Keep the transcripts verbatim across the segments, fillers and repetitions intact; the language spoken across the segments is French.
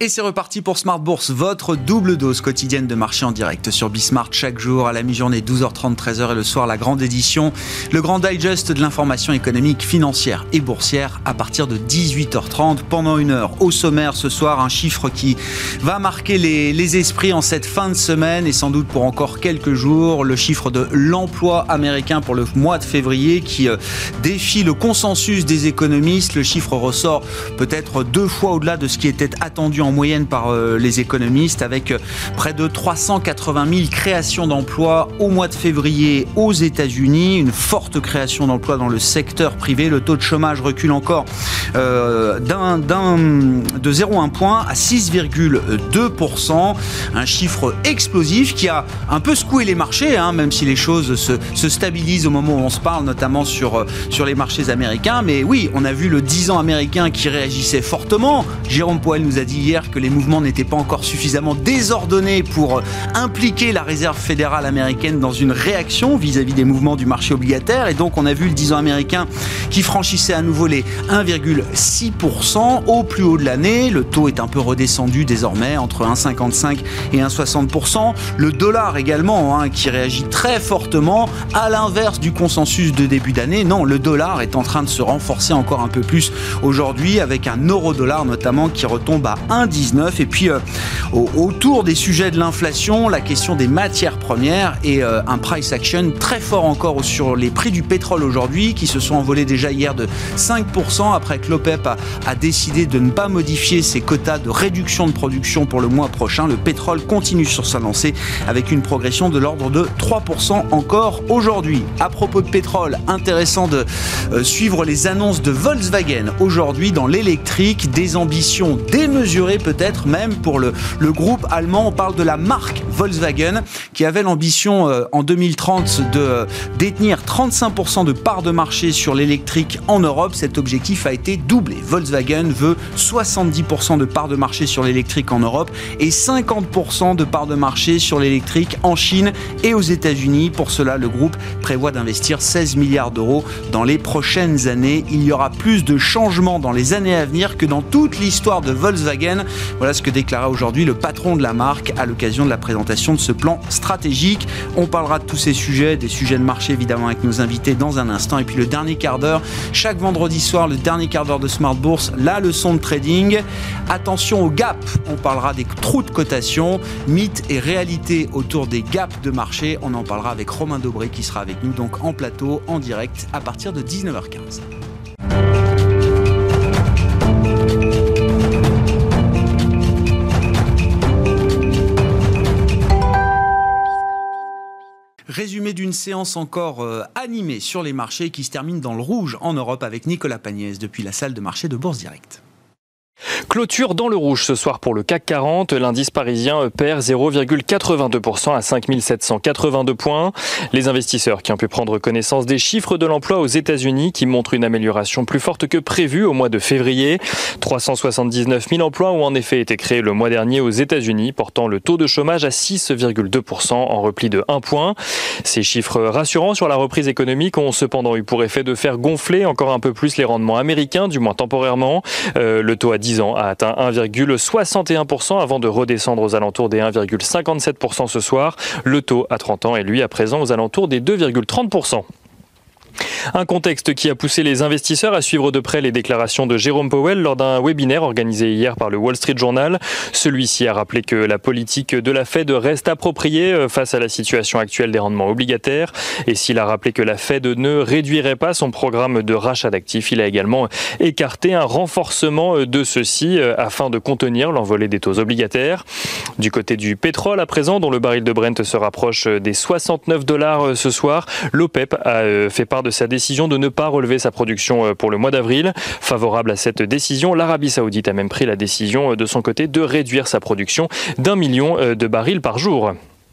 Et c'est reparti pour Smart Bourse, votre double dose quotidienne de marché en direct sur Bismart chaque jour à la mi-journée douze heures trente, treize heures et le soir la grande édition, le grand digest de l'information économique, financière et boursière à partir de dix-huit heures trente pendant une heure. Au sommaire ce soir, un chiffre qui va marquer les, les esprits en cette fin de semaine et sans doute pour encore quelques jours, le chiffre de l'emploi américain pour le mois de février qui euh, défie le consensus des économistes. Le chiffre ressort peut-être deux fois au-delà de ce qui était attendu en moyenne par euh, les économistes, avec euh, près de trois cent quatre-vingt mille créations d'emplois au mois de février aux États-Unis, une forte création d'emplois dans le secteur privé. Le taux de chômage recule encore euh, d'un, d'un, de zéro virgule un point à six virgule deux pour cent, un chiffre explosif qui a un peu secoué les marchés, hein, même si les choses se, se stabilisent au moment où on se parle, notamment sur, sur les marchés américains. Mais oui, on a vu le dix ans américain qui réagissait fortement. Jérôme Powell nous a dit hier que les mouvements n'étaient pas encore suffisamment désordonnés pour impliquer la Réserve fédérale américaine dans une réaction vis-à-vis des mouvements du marché obligataire. Et donc on a vu le dix ans américain qui franchissait à nouveau les un virgule six pour cent au plus haut de l'année. Le taux est un peu redescendu désormais entre un virgule cinquante-cinq et un virgule soixante pour cent. Le dollar également hein, qui réagit très fortement à l'inverse du consensus de début d'année. Non, le dollar est en train de se renforcer encore un peu plus aujourd'hui avec un euro-dollar notamment qui retombe à un virgule dix-neuf. Et puis euh, au, autour des sujets de l'inflation, la question des matières premières et euh, un price action très fort encore sur les prix du pétrole aujourd'hui qui se sont envolés déjà hier de cinq pour cent après que l'OPEP a, a décidé de ne pas modifier ses quotas de réduction de production pour le mois prochain. Le pétrole continue sur sa lancée avec une progression de l'ordre de trois pour cent encore aujourd'hui. À propos de pétrole, intéressant de euh, suivre les annonces de Volkswagen aujourd'hui dans l'électrique, des ambitions démesurées peut-être même pour le, le groupe allemand. On parle de la marque Volkswagen qui avait l'ambition euh, en deux mille trente de euh, détenir trente-cinq pour cent de part de marché sur l'électrique en Europe. Cet objectif a été doublé. Volkswagen veut soixante-dix pour cent de part de marché sur l'électrique en Europe et cinquante pour cent de part de marché sur l'électrique en Chine et aux États-Unis. Pour cela, le groupe prévoit d'investir seize milliards d'euros dans les prochaines années. Il y aura plus de changements dans les années à venir que dans toute l'histoire de Volkswagen. Voilà ce que déclara aujourd'hui le patron de la marque à l'occasion de la présentation de ce plan stratégique. On parlera de tous ces sujets, des sujets de marché évidemment avec nos invités dans un instant. Et puis le dernier quart d'heure, chaque vendredi soir, le dernier quart d'heure de Smart Bourse, la leçon de trading. Attention au gap, on parlera des trous de cotation, mythes et réalités autour des gaps de marché. On en parlera avec Romain Dobré qui sera avec nous donc en plateau, en direct à partir de dix-neuf heures quinze. Résumé d'une séance encore euh, animée sur les marchés qui se termine dans le rouge en Europe avec Nicolas Pagnès depuis la salle de marché de Bourse Direct. Clôture dans le rouge ce soir pour le C A C quarante. L'indice parisien perd zéro virgule quatre-vingt-deux pour cent à cinq mille sept cent quatre-vingt-deux points. Les investisseurs qui ont pu prendre connaissance des chiffres de l'emploi aux États-Unis qui montrent une amélioration plus forte que prévue au mois de février. trois cent soixante-dix-neuf mille emplois ont en effet été créés le mois dernier aux États-Unis, portant le taux de chômage à six virgule deux pour cent en repli de un point. Ces chiffres rassurants sur la reprise économique ont cependant eu pour effet de faire gonfler encore un peu plus les rendements américains, du moins temporairement. Euh, le taux à dix ans a atteint un virgule soixante et un pour cent avant de redescendre aux alentours des un virgule cinquante-sept pour cent ce soir. Le taux à trente ans est lui à présent aux alentours des deux virgule trente pour cent. Un contexte qui a poussé les investisseurs à suivre de près les déclarations de Jérôme Powell lors d'un webinaire organisé hier par le Wall Street Journal. Celui-ci a rappelé que la politique de la Fed reste appropriée face à la situation actuelle des rendements obligataires. Et s'il a rappelé que la Fed ne réduirait pas son programme de rachat d'actifs, il a également écarté un renforcement de ceux-ci afin de contenir l'envolée des taux obligataires. Du côté du pétrole à présent, dont le baril de Brent se rapproche des soixante-neuf dollars ce soir, l'OPEP a fait part de sa décision de ne pas relever sa production pour le mois d'avril. Favorable à cette décision, l'Arabie Saoudite a même pris la décision de son côté de réduire sa production d'un million de barils par jour.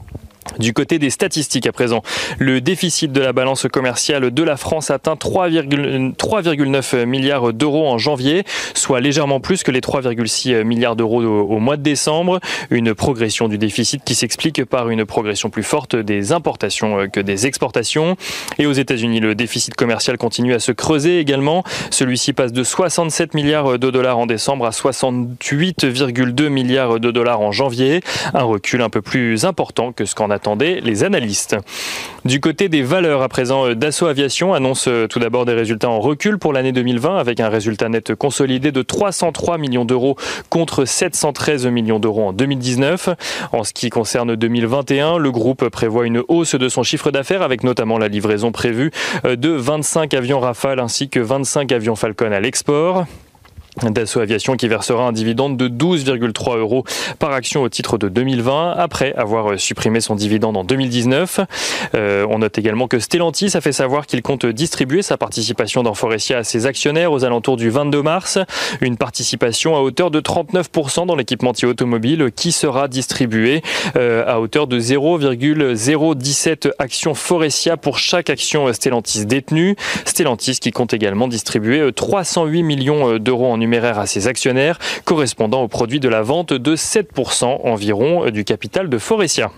Du côté des statistiques à présent, le déficit de la balance commerciale de la France atteint trois virgule neuf milliards d'euros en janvier, soit légèrement plus que les trois virgule six milliards d'euros au mois de décembre. Une progression du déficit qui s'explique par une progression plus forte des importations que des exportations. Et aux États-Unis, le déficit commercial continue à se creuser également. Celui-ci passe de soixante-sept milliards de dollars en décembre à soixante-huit virgule deux milliards de dollars en janvier. Un recul un peu plus important que ce qu'en attendaient les analystes. Du côté des valeurs à présent, Dassault Aviation annonce tout d'abord des résultats en recul pour l'année deux mille vingt avec un résultat net consolidé de trois cent trois millions d'euros contre sept cent treize millions d'euros en deux mille dix-neuf. En ce qui concerne deux mille vingt et un, le groupe prévoit une hausse de son chiffre d'affaires avec notamment la livraison prévue de vingt-cinq avions Rafale ainsi que vingt-cinq avions Falcon à l'export. Dassault Aviation qui versera un dividende de douze virgule trois euros par action au titre de deux mille vingt après avoir supprimé son dividende en deux mille dix-neuf. Euh, on note également que Stellantis a fait savoir qu'il compte distribuer sa participation dans Faurecia à ses actionnaires aux alentours du vingt-deux mars. Une participation à hauteur de trente-neuf pour cent dans l'équipementier automobile qui sera distribuée euh, à hauteur de zéro virgule zéro dix-sept actions Faurecia pour chaque action Stellantis détenue. Stellantis qui compte également distribuer trois cent huit millions d'euros en numéraire à ses actionnaires, correspondant au produit de la vente de sept pour cent environ du capital de Faurecia.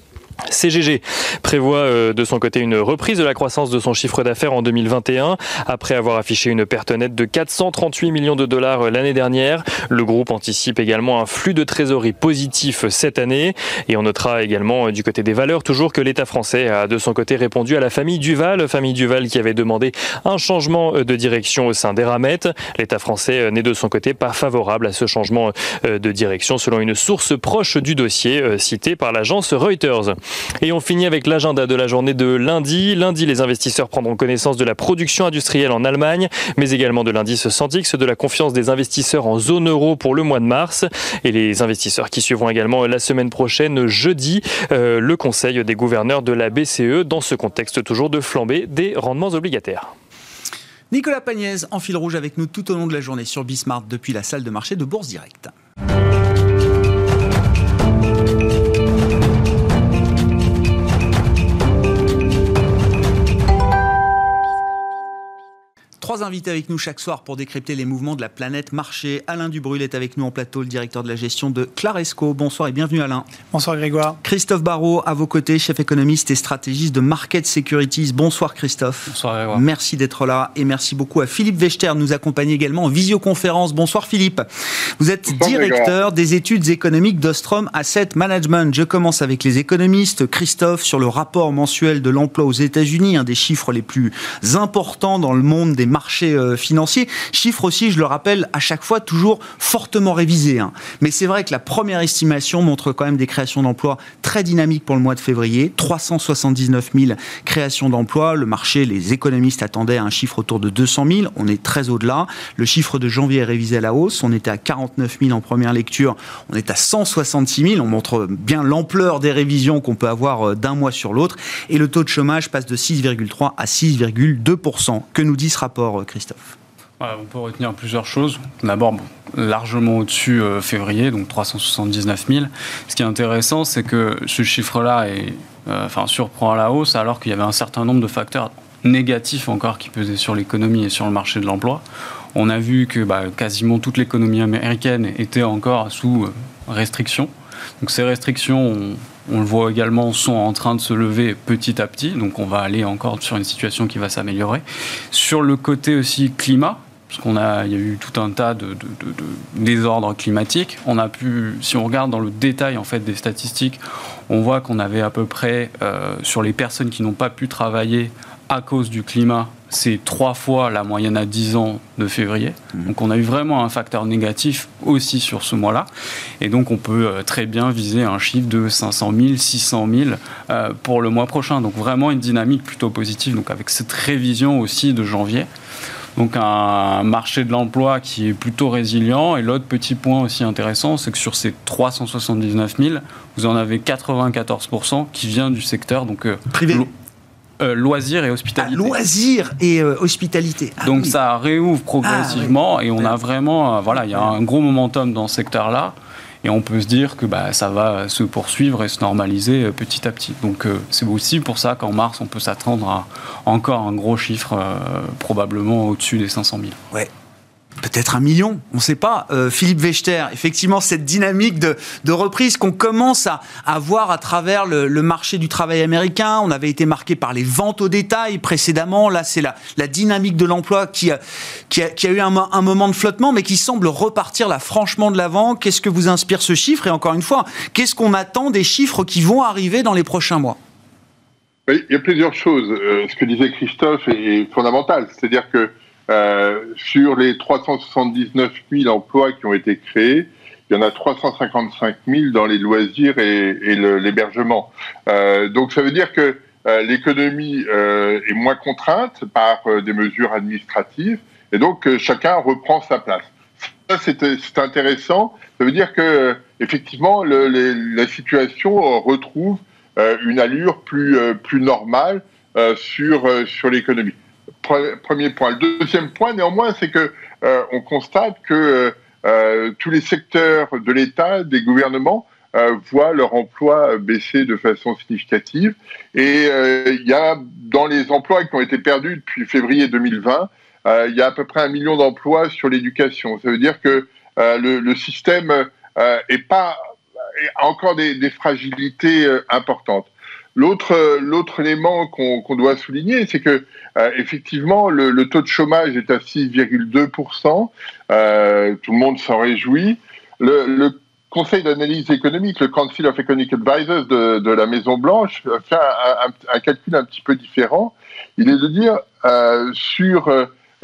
C G G prévoit de son côté une reprise de la croissance de son chiffre d'affaires en deux mille vingt et un. Après avoir affiché une perte nette de quatre cent trente-huit millions de dollars l'année dernière, le groupe anticipe également un flux de trésorerie positif cette année. Et on notera également du côté des valeurs toujours que l'État français a de son côté répondu à la famille Duval, famille Duval qui avait demandé un changement de direction au sein d'Eramet. L'État français n'est de son côté pas favorable à ce changement de direction selon une source proche du dossier citée par l'agence Reuters. Et on finit avec l'agenda de la journée de lundi. Lundi, les investisseurs prendront connaissance de la production industrielle en Allemagne, mais également de l'indice Sentix, de la confiance des investisseurs en zone euro pour le mois de mars. Et les investisseurs qui suivront également la semaine prochaine, jeudi, euh, le conseil des gouverneurs de la B C E, dans ce contexte toujours de flambée des rendements obligataires. Nicolas Pagnès en fil rouge avec nous tout au long de la journée sur Bismart depuis la salle de marché de Bourse Direct. Trois invités avec nous chaque soir pour décrypter les mouvements de la planète marché. Alain Dubrul est avec nous en plateau, le directeur de la gestion de Claresco. Bonsoir et bienvenue Alain. Bonsoir Grégoire. Christophe Barraud, à vos côtés, chef économiste et stratégiste de Market Securities. Bonsoir Christophe. Bonsoir Grégoire. Merci d'être là et merci beaucoup à Philippe Wechter de nous accompagner également en visioconférence. Bonsoir Philippe. Vous êtes Bonsoir, directeur Grégoire. Des études économiques d'Ostrom Asset Management. Je commence avec les économistes. Christophe, sur le rapport mensuel de l'emploi aux États-Unis, un des chiffres les plus importants dans le monde des marchés financiers. Chiffre aussi, je le rappelle, à chaque fois toujours fortement révisé. Hein. Mais c'est vrai que la première estimation montre quand même des créations d'emplois très dynamiques pour le mois de février. trois cent soixante-dix-neuf mille créations d'emplois. Le marché, les économistes attendaient un chiffre autour de deux cent mille. On est très au-delà. Le chiffre de janvier est révisé à la hausse. On était à quarante-neuf mille en première lecture. On est à cent soixante-six mille. On montre bien l'ampleur des révisions qu'on peut avoir d'un mois sur l'autre. Et le taux de chômage passe de six virgule trois à six virgule deux pour cent. Que nous dit ce rapport, Christophe? Voilà, on peut retenir plusieurs choses. D'abord, bon, largement au-dessus euh, février, donc trois cent soixante-dix-neuf mille. Ce qui est intéressant, c'est que ce chiffre-là est, euh, enfin, surprend à la hausse, alors qu'il y avait un certain nombre de facteurs négatifs encore qui pesaient sur l'économie et sur le marché de l'emploi. On a vu que bah, quasiment toute l'économie américaine était encore sous euh, restrictions. Donc ces restrictions, on, on le voit également, sont en train de se lever petit à petit. Donc on va aller encore sur une situation qui va s'améliorer. Sur le côté aussi climat, parce qu'on a, il y a eu tout un tas de, de, de, de désordres climatiques. On a pu, si on regarde dans le détail en fait des statistiques, on voit qu'on avait à peu près euh, sur les personnes qui n'ont pas pu travailler à cause du climat, c'est trois fois la moyenne à dix ans de février. Mmh. Donc on a eu vraiment un facteur négatif aussi sur ce mois-là. Et donc on peut euh, très bien viser un chiffre de cinq cent mille, six cent mille euh, pour le mois prochain. Donc vraiment une dynamique plutôt positive, donc avec cette révision aussi de janvier. Donc un marché de l'emploi qui est plutôt résilient. Et l'autre petit point aussi intéressant, c'est que sur ces trois cent soixante-dix-neuf mille, vous en avez quatre-vingt-quatorze pour cent qui vient du secteur donc, euh, privé. Lo- Euh, loisirs et hospitalité. Ah, loisirs et euh, hospitalité. Ah, Donc oui. ça réouvre progressivement ah, oui. et on oui. a vraiment, euh, voilà, il y a un gros momentum dans ce secteur-là. Et on peut se dire que bah, ça va se poursuivre et se normaliser euh, petit à petit. Donc euh, c'est aussi pour ça qu'en mars, on peut s'attendre à encore un gros chiffre, euh, probablement au-dessus des cinq cent mille. Ouais. Peut-être un million, on ne sait pas. Euh, Philippe Wechter, effectivement, cette dynamique de, de reprise qu'on commence à, à voir à travers le, le marché du travail américain. On avait été marqué par les ventes au détail précédemment. Là, c'est la, la dynamique de l'emploi qui a, qui a, qui a eu un, un moment de flottement, mais qui semble repartir là franchement de l'avant. Qu'est-ce que vous inspire ce chiffre ? Et encore une fois, qu'est-ce qu'on attend des chiffres qui vont arriver dans les prochains mois ? Il y a plusieurs choses. Euh, ce que disait Christophe est fondamental. C'est-à-dire que Euh, sur les trois cent soixante-dix-neuf mille emplois qui ont été créés, il y en a trois cent cinquante-cinq mille dans les loisirs et, et le, l'hébergement. Euh, donc ça veut dire que euh, l'économie euh, est moins contrainte par euh, des mesures administratives et donc euh, chacun reprend sa place. Ça c'est, c'est intéressant. Ça veut dire que euh, effectivement le, les, la situation retrouve euh, une allure plus euh, plus normale euh, sur euh, sur l'économie. Premier point. Le deuxième point, néanmoins, c'est que euh, on constate que euh, tous les secteurs de l'État, des gouvernements, euh, voient leur emploi baisser de façon significative. Et euh, il y a, dans les emplois qui ont été perdus depuis février deux mille vingt, euh, il y a à peu près un million d'emplois sur l'éducation. Ça veut dire que euh, le, le système euh, est pas, a encore des, des fragilités euh, importantes. L'autre, l'autre élément qu'on, qu'on doit souligner, c'est que euh, effectivement le, le taux de chômage est à six virgule deux pour cent. Euh, tout le monde s'en réjouit. Le, le Conseil d'analyse économique, le Council of Economic Advisors de, de la Maison Blanche, fait un, un, un calcul un petit peu différent. Il est de dire euh, sur euh,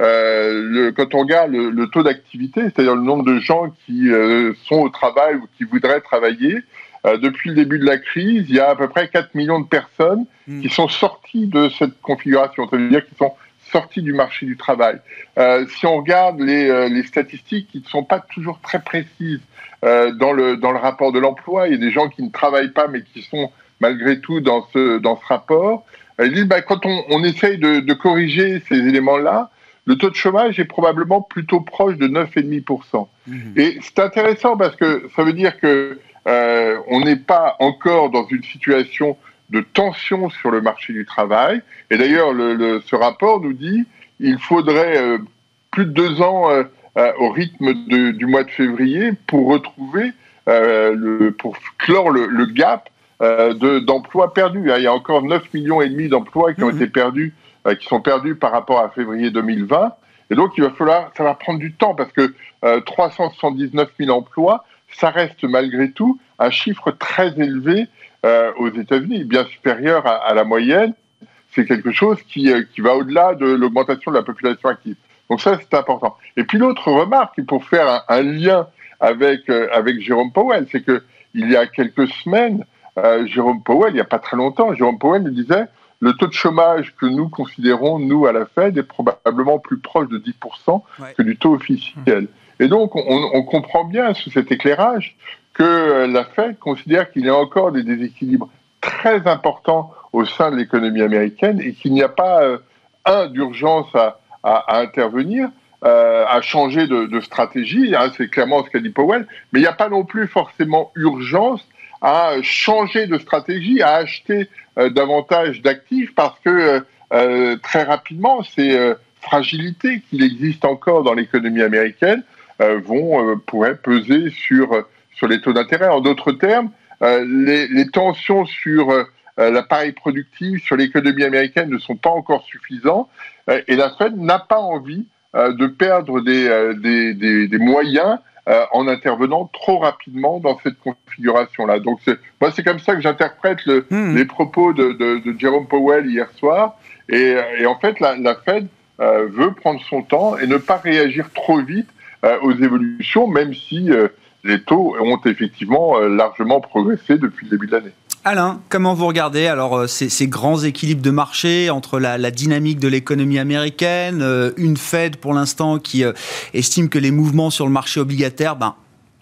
le, quand on regarde le, le taux d'activité, c'est-à-dire le nombre de gens qui euh, sont au travail ou qui voudraient travailler. Euh, depuis le début de la crise, il y a à peu près quatre millions de personnes mmh. qui sont sorties de cette configuration. Ça veut dire qu'ils sont sortis du marché du travail. Euh, si on regarde les, euh, les statistiques qui ne sont pas toujours très précises euh, dans, le, dans le rapport de l'emploi, il y a des gens qui ne travaillent pas mais qui sont malgré tout dans ce, dans ce rapport. Euh, ils disent bah, quand on, on essaye de, de corriger ces éléments-là, le taux de chômage est probablement plutôt proche de neuf virgule cinq pour cent. Mmh. Et c'est intéressant parce que ça veut dire que Euh, on n'est pas encore dans une situation de tension sur le marché du travail. Et d'ailleurs, le, le, ce rapport nous dit qu'il faudrait euh, plus de deux ans euh, euh, au rythme de, du mois de février pour retrouver, euh, le, pour clore le, le gap euh, de, d'emplois perdus. Il y a encore neuf millions et demi d'emplois qui ont mmh. été perdus, euh, qui sont perdus par rapport à février deux mille vingt. Et donc, il va falloir, ça va prendre du temps parce que euh, trois cent soixante-dix-neuf mille emplois, ça reste malgré tout un chiffre très élevé euh, aux États-Unis, bien supérieur à, à la moyenne. C'est quelque chose qui, euh, qui va au-delà de l'augmentation de la population active. Donc ça, c'est important. Et puis l'autre remarque, pour faire un, un lien avec, euh, avec Jérôme Powell, c'est que il y a quelques semaines, euh, Jérôme Powell, il n'y a pas très longtemps, Jérôme Powell nous disait le taux de chômage que nous considérons, nous, à la Fed, est probablement plus proche de dix pour cent ouais. que du taux officiel. Mmh. Et donc, on, on comprend bien, sous cet éclairage, que la Fed considère qu'il y a encore des déséquilibres très importants au sein de l'économie américaine et qu'il n'y a pas, euh, un, d'urgence à, à, à intervenir, euh, à changer de, de stratégie, hein, c'est clairement ce qu'a dit Powell, mais il n'y a pas non plus forcément urgence à changer de stratégie, à acheter euh, davantage d'actifs parce que euh, très rapidement, ces euh, fragilités qu'il existe encore dans l'économie américaine Euh, vont euh, pourraient peser sur sur les taux d'intérêt. En d'autres termes, euh, les, les tensions sur euh, l'appareil productif, sur l'économie américaine ne sont pas encore suffisants euh, et la Fed n'a pas envie euh, de perdre des euh, des, des, des moyens euh, en intervenant trop rapidement dans cette configuration-là. Donc c'est, moi c'est comme ça que j'interprète le, mmh. les propos de, de, de Jérôme Powell hier soir et, et en fait la, la Fed euh, veut prendre son temps et ne pas réagir trop vite aux évolutions, même si euh, les taux ont effectivement euh, largement progressé depuis le début de l'année. Alain, comment vous regardez alors euh, ces, ces grands équilibres de marché entre la, la dynamique de l'économie américaine, euh, une Fed pour l'instant qui euh, estime que les mouvements sur le marché obligataire, ben,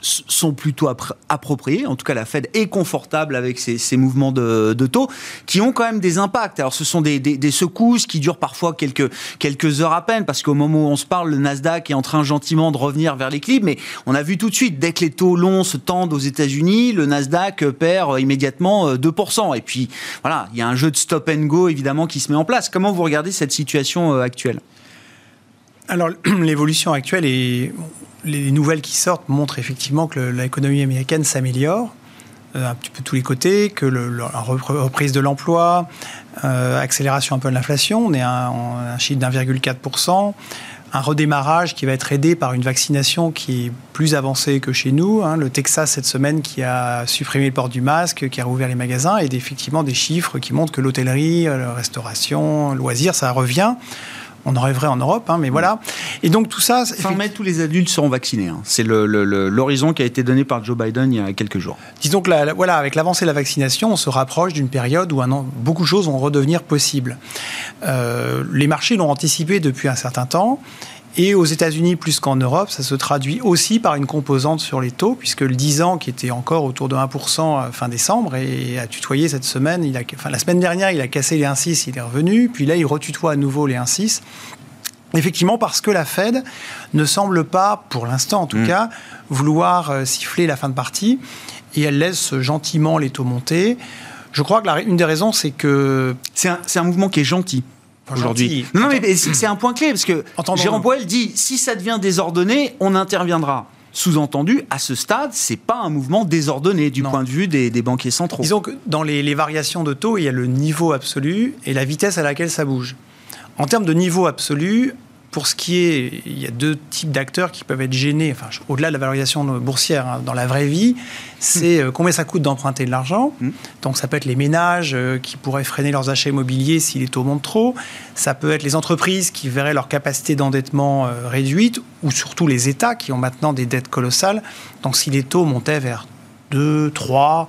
sont plutôt appropriés. En tout cas, la Fed est confortable avec ces, ces mouvements de, de taux qui ont quand même des impacts. Alors, ce sont des, des, des secousses qui durent parfois quelques, quelques heures à peine, parce qu'au moment où on se parle, le Nasdaq est en train gentiment de revenir vers l'équilibre. Mais on a vu tout de suite, dès que les taux longs se tendent aux États-Unis, le Nasdaq perd immédiatement deux pour cent. Et puis, voilà, il y a un jeu de stop and go, évidemment, qui se met en place. Comment vous regardez cette situation actuelle ? Alors, l'évolution actuelle et les nouvelles qui sortent montrent effectivement que le, l'économie américaine s'améliore euh, un petit peu de tous les côtés, que le, la reprise de l'emploi, euh, accélération un peu de l'inflation, on est à un, un chiffre d'un virgule quatre pour cent, un redémarrage qui va être aidé par une vaccination qui est plus avancée que chez nous. Hein. Le Texas, cette semaine, qui a supprimé le port du masque, qui a rouvert les magasins, et effectivement des chiffres qui montrent que l'hôtellerie, la restauration, le loisir, ça revient. On en rêverait en Europe, hein, mais voilà. Et donc tout ça... Fin mai, tous les adultes seront vaccinés. Hein. C'est le, le, le, l'horizon qui a été donné par Joe Biden il y a quelques jours. Disons que la, la, voilà, avec l'avancée de la vaccination, on se rapproche d'une période où un an, beaucoup de choses vont redevenir possibles. Euh, les marchés l'ont anticipé depuis un certain temps. Et aux États-Unis, plus qu'en Europe, ça se traduit aussi par une composante sur les taux, puisque le dix ans, qui était encore autour de un pour cent fin décembre, et a tutoyé cette semaine, il a, enfin, la semaine dernière, il a cassé les un virgule six, il est revenu, puis là, il retutoie à nouveau les un virgule six. Effectivement, parce que la Fed ne semble pas, pour l'instant en tout mmh. cas, vouloir euh, siffler la fin de partie, et elle laisse gentiment les taux monter. Je crois que la, une des raisons, c'est que... C'est un, c'est un mouvement qui est gentil. Aujourd'hui. Non, mais c'est un point clé, parce que Entendons Jérôme Powell dit, si ça devient désordonné, on interviendra. Sous-entendu, à ce stade, c'est pas un mouvement désordonné du non. point de vue des, des banquiers centraux. Disons que dans les, les variations de taux, il y a le niveau absolu et la vitesse à laquelle ça bouge. En termes de niveau absolu, pour ce qui est, il y a deux types d'acteurs qui peuvent être gênés, enfin, au-delà de la valorisation boursière, hein, dans la vraie vie, c'est mmh. combien ça coûte d'emprunter de l'argent. Mmh. Donc ça peut être les ménages euh, qui pourraient freiner leurs achats immobiliers si les taux montent trop. Ça peut être les entreprises qui verraient leur capacité d'endettement euh, réduite, ou surtout les États qui ont maintenant des dettes colossales. Donc si les taux montaient vers deux, trois...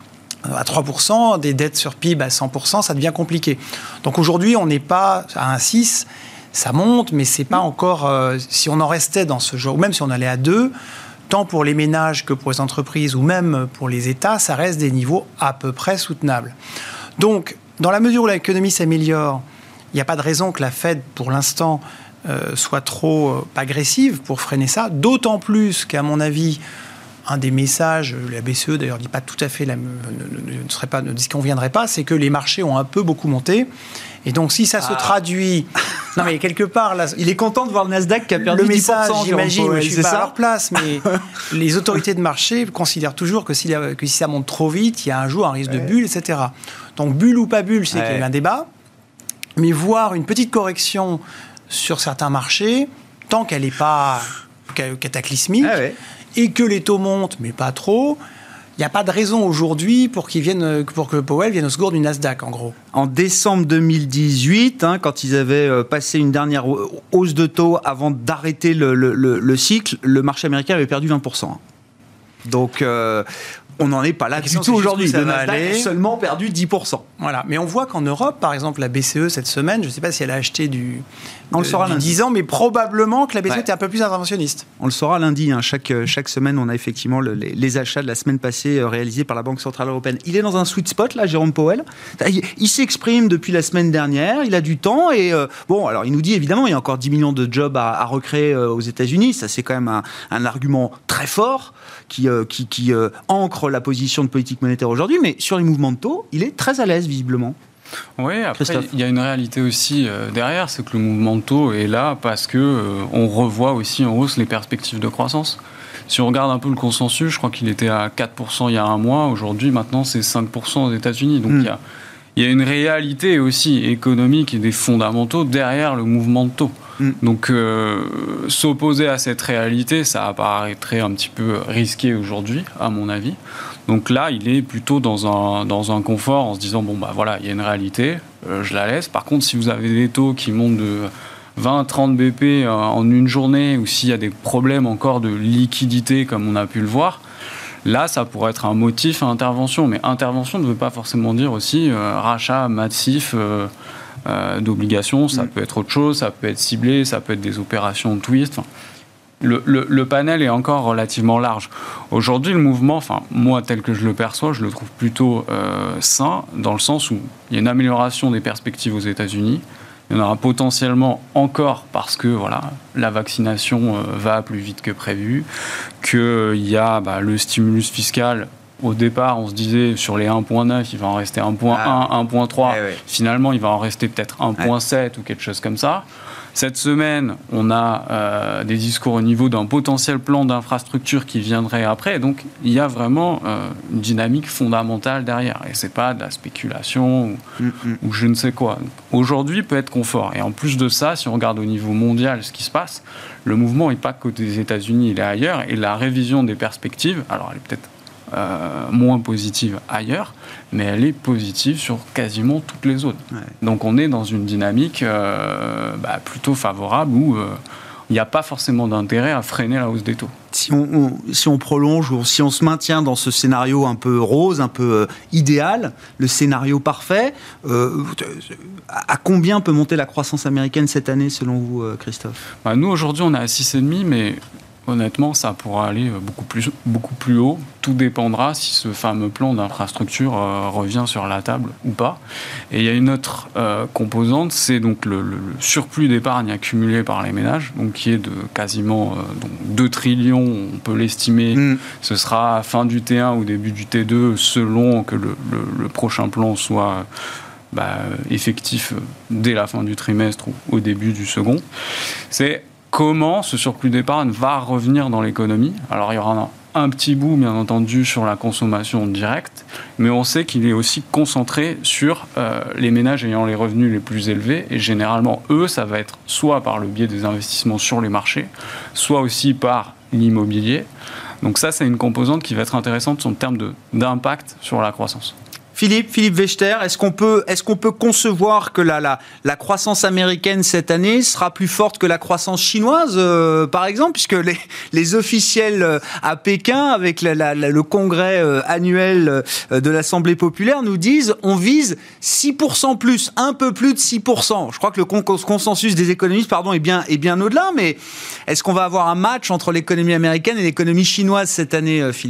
à trois pour cent, des dettes sur P I B à cent pour cent, ça devient compliqué. Donc aujourd'hui, on n'est pas à un virgule six, ça monte, mais c'est pas encore... Euh, si on en restait dans ce genre, ou même si on allait à deux, tant pour les ménages que pour les entreprises, ou même pour les États, ça reste des niveaux à peu près soutenables. Donc, dans la mesure où l'économie s'améliore, il n'y a pas de raison que la Fed, pour l'instant, euh, soit trop euh, agressive pour freiner ça, d'autant plus qu'à mon avis... Un des messages, la B C E d'ailleurs ne dit pas tout à fait, la, ne, ne, ne, serait pas, ne dit qu'on ne viendrait pas, c'est que les marchés ont un peu beaucoup monté. Et donc si ça ah. se traduit... Non mais quelque part... Là, il est content de voir le Nasdaq qui a perdu le message, dix pour cent. J'imagine, je ne suis pas ça à leur place, mais les autorités de marché considèrent toujours que si, la, que si ça monte trop vite, il y a un jour un risque ouais. de bulle, et cetera. Donc bulle ou pas bulle, c'est ouais. qu'il y a eu un débat. Mais voir une petite correction sur certains marchés, tant qu'elle n'est pas cataclysmique... Ah ouais. et que les taux montent, mais pas trop, il n'y a pas de raison aujourd'hui pour, qu'ils viennent, pour que Powell vienne au secours du Nasdaq, en gros. En décembre deux mille dix-huit, hein, quand ils avaient passé une dernière hausse de taux avant d'arrêter le, le, le, le cycle, le marché américain avait perdu vingt pour cent. Donc... Euh, on n'en est pas là du tout aujourd'hui. Le Nasdaq a seulement perdu dix pour cent. Voilà. Mais on voit qu'en Europe, par exemple, la B C E, cette semaine, je ne sais pas si elle a acheté du, on de, le saura du dix ans, mais probablement que la B C E ouais. était un peu plus interventionniste. On le saura lundi. Hein. Chaque, chaque semaine, on a effectivement le, les, les achats de la semaine passée euh, réalisés par la Banque Centrale Européenne. Il est dans un sweet spot, là, Jérôme Powell. Il, il s'exprime depuis la semaine dernière, il a du temps. Et euh, bon, alors il nous dit évidemment, il y a encore dix millions de jobs à, à recréer euh, aux États-Unis. Ça, c'est quand même un, un argument très fort qui, euh, qui, qui euh, ancre la position de politique monétaire aujourd'hui, mais sur les mouvements de taux, il est très à l'aise, visiblement. Oui, après, il y a une réalité aussi euh, derrière, c'est que le mouvement de taux est là parce qu'on euh, revoit aussi en hausse les perspectives de croissance. Si on regarde un peu le consensus, je crois qu'il était à quatre pour cent il y a un mois, aujourd'hui, maintenant, c'est cinq pour cent aux États-Unis. Donc, il mm. y a, il y a une réalité aussi économique et des fondamentaux derrière le mouvement de taux. Mm. Donc, euh, s'opposer à cette réalité, ça apparaîtrait un petit peu risqué aujourd'hui, à mon avis. Donc là, il est plutôt dans un, dans un confort en se disant, bon, bah voilà, il y a une réalité, euh, je la laisse. Par contre, si vous avez des taux qui montent de vingt à trente B P euh, en une journée, ou s'il y a des problèmes encore de liquidité, comme on a pu le voir, là, ça pourrait être un motif à intervention. Mais intervention ne veut pas forcément dire aussi euh, rachat massif euh, euh, d'obligations. Ça mmh. peut être autre chose, ça peut être ciblé, ça peut être des opérations de twist. Enfin, Le, le, le panel est encore relativement large. Aujourd'hui, le mouvement, enfin, moi, tel que je le perçois, je le trouve plutôt euh, sain, dans le sens où il y a une amélioration des perspectives aux États-Unis. Il y en aura potentiellement encore parce que voilà, la vaccination euh, va plus vite que prévu, qu'il euh, y a bah, le stimulus fiscal. Au départ, on se disait sur les un virgule neuf, il va en rester un virgule un, ah, un virgule trois. Eh oui. Finalement, il va en rester peut-être un virgule sept ouais. ou quelque chose comme ça. Cette semaine, on a euh, des discours au niveau d'un potentiel plan d'infrastructure qui viendrait après. Donc, il y a vraiment euh, une dynamique fondamentale derrière. Et ce n'est pas de la spéculation ou, mm-hmm. ou je ne sais quoi. Donc, aujourd'hui, peut être confort. Et en plus de ça, si on regarde au niveau mondial ce qui se passe, le mouvement n'est pas qu'aux États-Unis, il est ailleurs. Et la révision des perspectives, alors elle est peut-être Euh, moins positive ailleurs, mais elle est positive sur quasiment toutes les zones. Ouais. Donc on est dans une dynamique euh, bah, plutôt favorable où il euh, n'y a pas forcément d'intérêt à freiner la hausse des taux. Si on, on, si on prolonge ou si on se maintient dans ce scénario un peu rose, un peu euh, idéal, le scénario parfait, euh, à combien peut monter la croissance américaine cette année selon vous, Christophe ? Bah, nous aujourd'hui on est à six virgule cinq, mais honnêtement, ça pourra aller beaucoup plus, beaucoup plus haut. Tout dépendra si ce fameux plan d'infrastructure euh, revient sur la table ou pas. Et il y a une autre euh, composante, c'est donc le, le, le surplus d'épargne accumulé par les ménages, donc qui est de quasiment euh, donc deux trillions, on peut l'estimer. Mmh. Ce sera à fin du T un ou début du T deux, selon que le, le, le prochain plan soit bah, effectif dès la fin du trimestre ou au début du second. C'est comment ce surplus d'épargne va revenir dans l'économie. Alors, il y aura un, un petit bout, bien entendu, sur la consommation directe, mais on sait qu'il est aussi concentré sur euh, les ménages ayant les revenus les plus élevés, et généralement, eux, ça va être soit par le biais des investissements sur les marchés, soit aussi par l'immobilier. Donc ça, c'est une composante qui va être intéressante en termes de, d'impact sur la croissance. Philippe, Philippe Wechter, est-ce qu'on peut, est-ce qu'on peut concevoir que la, la, la croissance américaine cette année sera plus forte que la croissance chinoise, euh, par exemple, puisque les, les officiels à Pékin, avec la, la, le congrès annuel de l'Assemblée populaire, nous disent on vise six pour cent plus, un peu plus de six pour cent. Je crois que le consensus des économistes pardon, est, bien, est bien au-delà, mais est-ce qu'on va avoir un match entre l'économie américaine et l'économie chinoise cette année, Philippe ?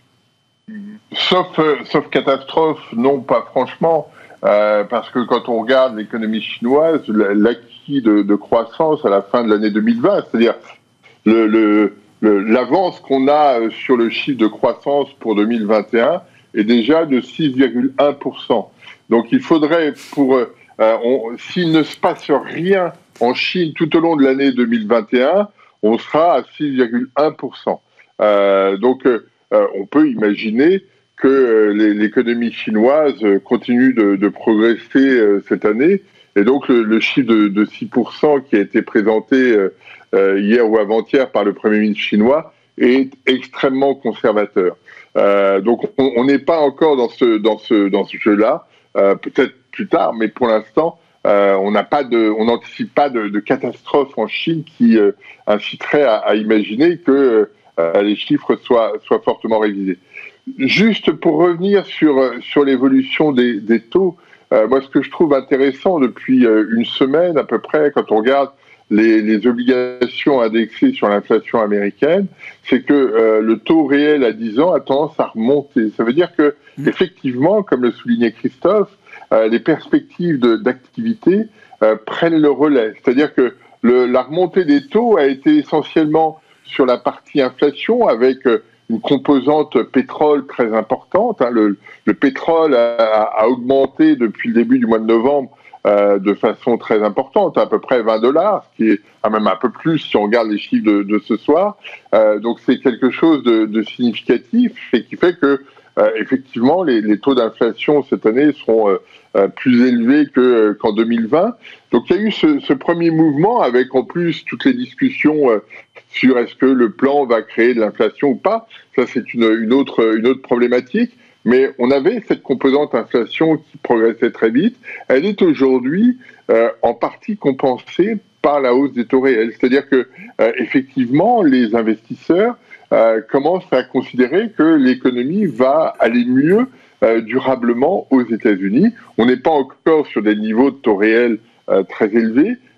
Sauf, euh, sauf catastrophe, non, pas franchement, euh, parce que quand on regarde l'économie chinoise, l'acquis de, de croissance à la fin de l'année deux mille vingt, c'est-à-dire le, le, le, l'avance qu'on a sur le chiffre de croissance pour deux mille vingt et un est déjà de six virgule un pour cent. Donc il faudrait, pour euh, on, s'il ne se passe rien en Chine tout au long de l'année deux mille vingt et un, on sera à six virgule un pour cent. Euh, donc euh, on peut imaginer que euh, les, l'économie chinoise euh, continue de, de progresser euh, cette année. Et donc, le, le chiffre de, de six pour cent qui a été présenté euh, euh, hier ou avant-hier par le Premier ministre chinois est extrêmement conservateur. Euh, donc, on n'est pas encore dans ce, dans ce, dans ce jeu-là. Euh, peut-être plus tard, mais pour l'instant, euh, on n'a pas de, on n'anticipe pas de, de catastrophe en Chine qui euh, inciterait à, à imaginer que euh, les chiffres soient, soient fortement révisés. Juste pour revenir sur, sur l'évolution des, des taux, euh, moi ce que je trouve intéressant depuis euh, une semaine à peu près, quand on regarde les, les obligations indexées sur l'inflation américaine, c'est que euh, le taux réel à dix ans a tendance à remonter. Ça veut dire que, mmh. effectivement, comme le soulignait Christophe, euh, les perspectives de, d'activité euh, prennent le relais. C'est-à-dire que le, la remontée des taux a été essentiellement sur la partie inflation avec euh, une composante pétrole très importante. Hein. Le, le pétrole a, a augmenté depuis le début du mois de novembre euh, de façon très importante, à peu près vingt dollars, ce qui est ah, même un peu plus si on regarde les chiffres de, de ce soir. Euh, donc c'est quelque chose de, de significatif et qui fait que euh, effectivement les, les taux d'inflation cette année seront euh, euh, plus élevés que, euh, qu'en deux mille vingt. Donc il y a eu ce, ce premier mouvement avec en plus toutes les discussions euh, sur est-ce que le plan va créer de l'inflation ou pas. Ça c'est une, une, autre, une autre problématique. Mais on avait cette composante inflation qui progressait très vite. Elle est aujourd'hui euh, en partie compensée par la hausse des taux réels. C'est-à-dire que euh, effectivement, les investisseurs euh, commencent à considérer que l'économie va aller mieux euh, durablement aux États-Unis. On n'est pas encore sur des niveaux de taux réels euh, très élevés,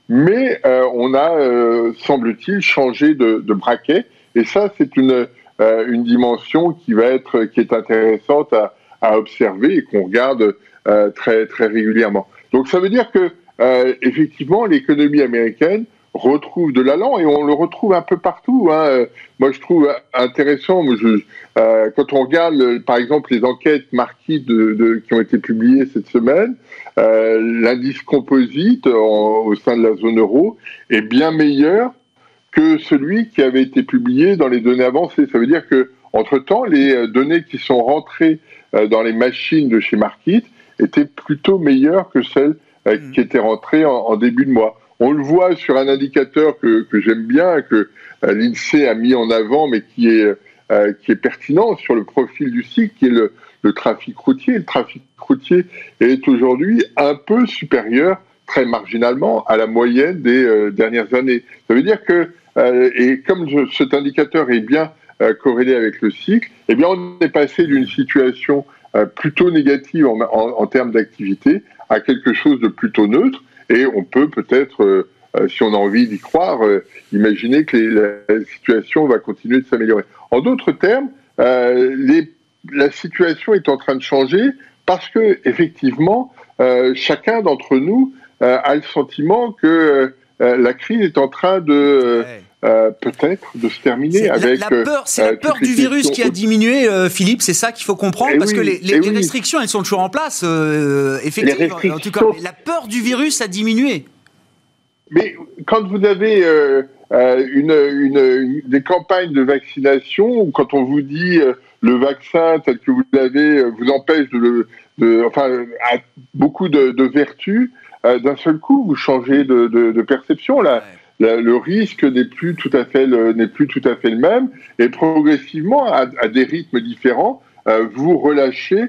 mais euh, on a, euh, semble-t-il, changé de, de braquet. Et ça, c'est une, euh, une dimension qui va être, qui est intéressante à, à observer et qu'on regarde euh, très, très régulièrement. Donc, ça veut dire que, euh, effectivement, l'économie américaine retrouve de l'allant et on le retrouve un peu partout. Hein. Moi, je trouve intéressant, moi, je, euh, quand on regarde, par exemple, les enquêtes marquées de, de, qui ont été publiées cette semaine, euh, l'indice composite en, au sein de la zone euro est bien meilleur que celui qui avait été publié dans les données avancées. Ça veut dire que, entre-temps, les données qui sont rentrées euh, dans les machines de chez Markit étaient plutôt meilleures que celles euh, qui étaient rentrées en, en début de mois. On le voit sur un indicateur que, que j'aime bien, que euh, l'INSEE a mis en avant, mais qui est, euh, qui est pertinent sur le profil du cycle, qui est le, le trafic routier. Le trafic routier est aujourd'hui un peu supérieur, très marginalement, à la moyenne des euh, dernières années. Ça veut dire que, euh, et comme je, cet indicateur est bien euh, corrélé avec le cycle, eh bien on est passé d'une situation euh, plutôt négative en, en, en termes d'activité à quelque chose de plutôt neutre. Et on peut peut-être, euh, si on a envie d'y croire, euh, imaginer que les, la situation va continuer de s'améliorer. En d'autres termes, euh, les, la situation est en train de changer parce que, effectivement, euh, chacun d'entre nous euh, a le sentiment que euh, la crise est en train de... Ouais. Euh, peut-être de se terminer c'est avec... La, la peur, c'est euh, la peur du virus qui a diminué, euh, Philippe, c'est ça qu'il faut comprendre, et parce oui, que les, les, les restrictions, oui. elles sont toujours en place, euh, effectivement. En tout cas, la peur du virus a diminué. Mais quand vous avez euh, une, une, une, des campagnes de vaccination, ou quand on vous dit euh, le vaccin tel que vous l'avez vous empêche de... de enfin, a beaucoup de, de vertus, euh, d'un seul coup, vous changez de, de, de perception, là. Ouais. La, le risque n'est plus tout à fait le, n'est plus tout à fait le même et progressivement à, à des rythmes différents euh, vous relâchez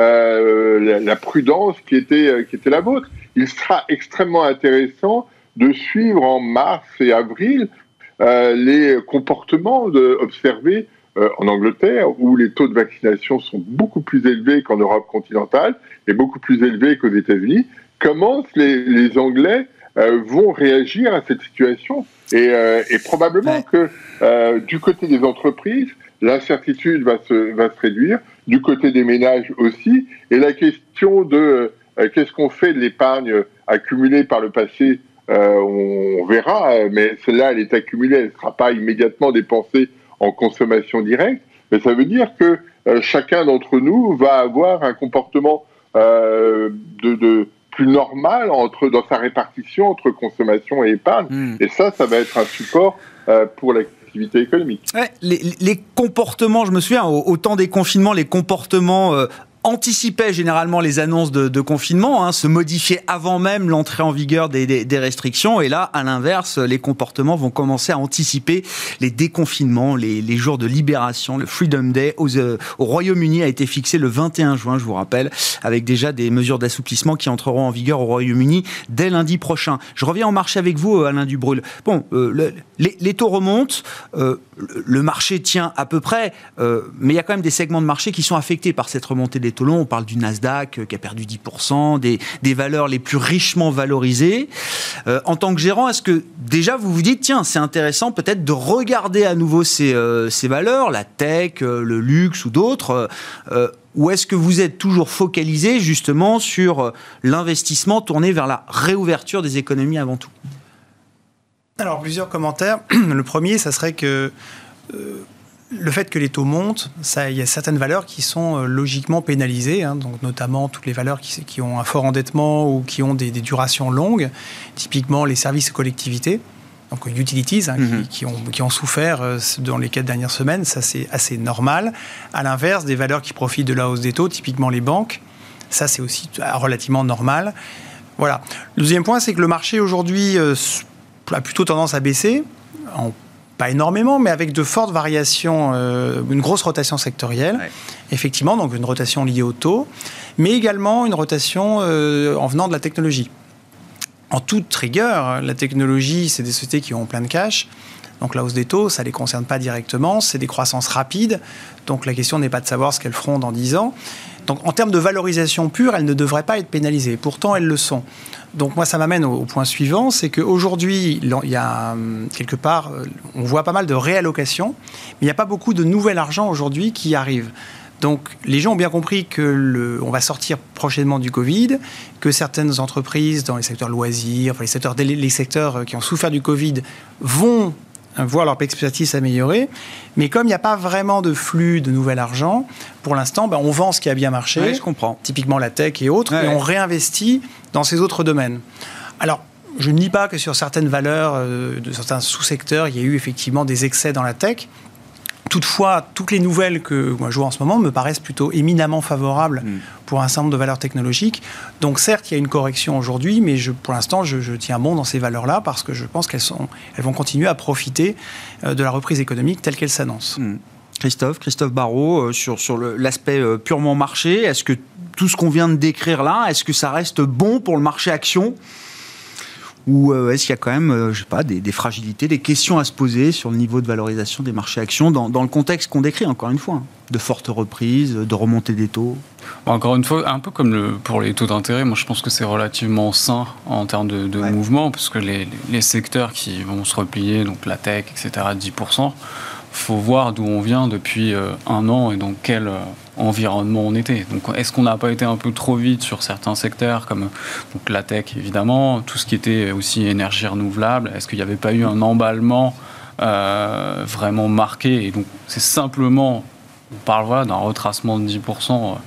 euh, la, la prudence qui était euh, qui était la vôtre. Il sera extrêmement intéressant de suivre en mars et avril euh, les comportements de, observés euh, en Angleterre où les taux de vaccination sont beaucoup plus élevés qu'en Europe continentale et beaucoup plus élevés qu'aux États-Unis. Comment les, les Anglais Euh, vont réagir à cette situation et, euh, et probablement ouais. que euh, du côté des entreprises, l'incertitude va se, va se réduire, du côté des ménages aussi, et la question de euh, qu'est-ce qu'on fait de l'épargne accumulée par le passé, euh, on, on verra, mais celle-là, elle est accumulée, elle ne sera pas immédiatement dépensée en consommation directe, mais ça veut dire que euh, chacun d'entre nous va avoir un comportement euh, de... de plus normal entre, dans sa répartition entre consommation et épargne. Mmh. Et ça, ça va être un support euh, pour l'activité économique. Ouais, les, les comportements, je me souviens, au, au temps des confinements, les comportements euh, anticipaient généralement les annonces de, de confinement, hein, se modifiaient avant même l'entrée en vigueur des, des, des restrictions. Et là, à l'inverse, les comportements vont commencer à anticiper les déconfinements, les, les jours de libération. Le Freedom Day aux, euh, au Royaume-Uni a été fixé le vingt et un juin, je vous rappelle, avec déjà des mesures d'assouplissement qui entreront en vigueur au Royaume-Uni dès lundi prochain. Je reviens en marché avec vous, Alain Dubrul. Bon, euh, le, les, les taux remontent, euh, le marché tient à peu près, euh, mais il y a quand même des segments de marché qui sont affectés par cette remontée des taux longs. On parle du Nasdaq euh, qui a perdu dix pour cent, des, des valeurs les plus richement valorisées. Euh, en tant que gérant, est-ce que déjà vous vous dites, tiens, c'est intéressant peut-être de regarder à nouveau ces, euh, ces valeurs, la tech, euh, le luxe ou d'autres, euh, ou est-ce que vous êtes toujours focalisé justement sur euh, l'investissement tourné vers la réouverture des économies avant tout ? Alors, plusieurs commentaires. Le premier, ça serait que euh, le fait que les taux montent, ça, il y a certaines valeurs qui sont euh, logiquement pénalisées, hein, donc notamment toutes les valeurs qui, qui ont un fort endettement ou qui ont des, des durations longues, typiquement les services et collectivités, donc utilities, hein, mm-hmm. qui, qui, ont, qui ont souffert euh, dans les quatre dernières semaines, ça c'est assez normal. À l'inverse, des valeurs qui profitent de la hausse des taux, typiquement les banques, ça c'est aussi relativement normal. Voilà. Le deuxième point, c'est que le marché aujourd'hui euh, a plutôt tendance à baisser, en, pas énormément, mais avec de fortes variations, euh, une grosse rotation sectorielle, ouais. effectivement, donc une rotation liée au taux, mais également une rotation euh, en venant de la technologie. En toute rigueur, la technologie, c'est des sociétés qui ont plein de cash, donc la hausse des taux, ça ne les concerne pas directement, c'est des croissances rapides, donc la question n'est pas de savoir ce qu'elles feront dans dix ans. Donc en termes de valorisation pure, elles ne devraient pas être pénalisées. Pourtant, elles le sont. Donc moi, ça m'amène au, au point suivant, c'est qu'aujourd'hui, il y a quelque part, on voit pas mal de réallocation, mais il n'y a pas beaucoup de nouvel argent aujourd'hui qui arrive. Donc les gens ont bien compris que le, on va sortir prochainement du Covid, que certaines entreprises dans les secteurs loisirs, enfin les secteurs, les secteurs qui ont souffert du Covid vont voir leur expertise s'améliorer. Mais comme il n'y a pas vraiment de flux de nouvel argent, pour l'instant, ben, on vend ce qui a bien marché. Ouais, je comprends. Typiquement la tech et autres, ouais, et on réinvestit dans ces autres domaines. Alors, je ne nie pas que sur certaines valeurs, euh, de certains sous-secteurs, il y a eu effectivement des excès dans la tech. Toutefois, toutes les nouvelles que moi je vois en ce moment me paraissent plutôt éminemment favorables mmh. pour un certain nombre de valeurs technologiques. Donc certes, il y a une correction aujourd'hui, mais je, pour l'instant, je, je tiens bon dans ces valeurs-là parce que je pense qu'elles sont, elles vont continuer à profiter euh, de la reprise économique telle qu'elle s'annonce. Mmh. Christophe, Christophe Barraud, euh, sur, sur le, l'aspect euh, purement marché, est-ce que tout ce qu'on vient de décrire là, est-ce que ça reste bon pour le marché action ? Ou euh, est-ce qu'il y a quand même, euh, je sais pas, des, des fragilités, des questions à se poser sur le niveau de valorisation des marchés actions dans, dans le contexte qu'on décrit, encore une fois, hein, de fortes reprises, de remontée des taux? Encore une fois, un peu comme le, pour les taux d'intérêt, moi je pense que c'est relativement sain en termes de, de ouais. mouvement, parce que les, les secteurs qui vont se replier, donc la tech, et cetera, dix pour cent, il faut voir d'où on vient depuis euh, un an et dans quel euh, environnement on était. Donc, est-ce qu'on n'a pas été un peu trop vite sur certains secteurs, comme donc, la tech, évidemment, tout ce qui était aussi énergie renouvelable? Est-ce qu'il n'y avait pas eu un emballement euh, vraiment marqué? Et donc, c'est simplement, on parle voilà, d'un retracement de dix pour cent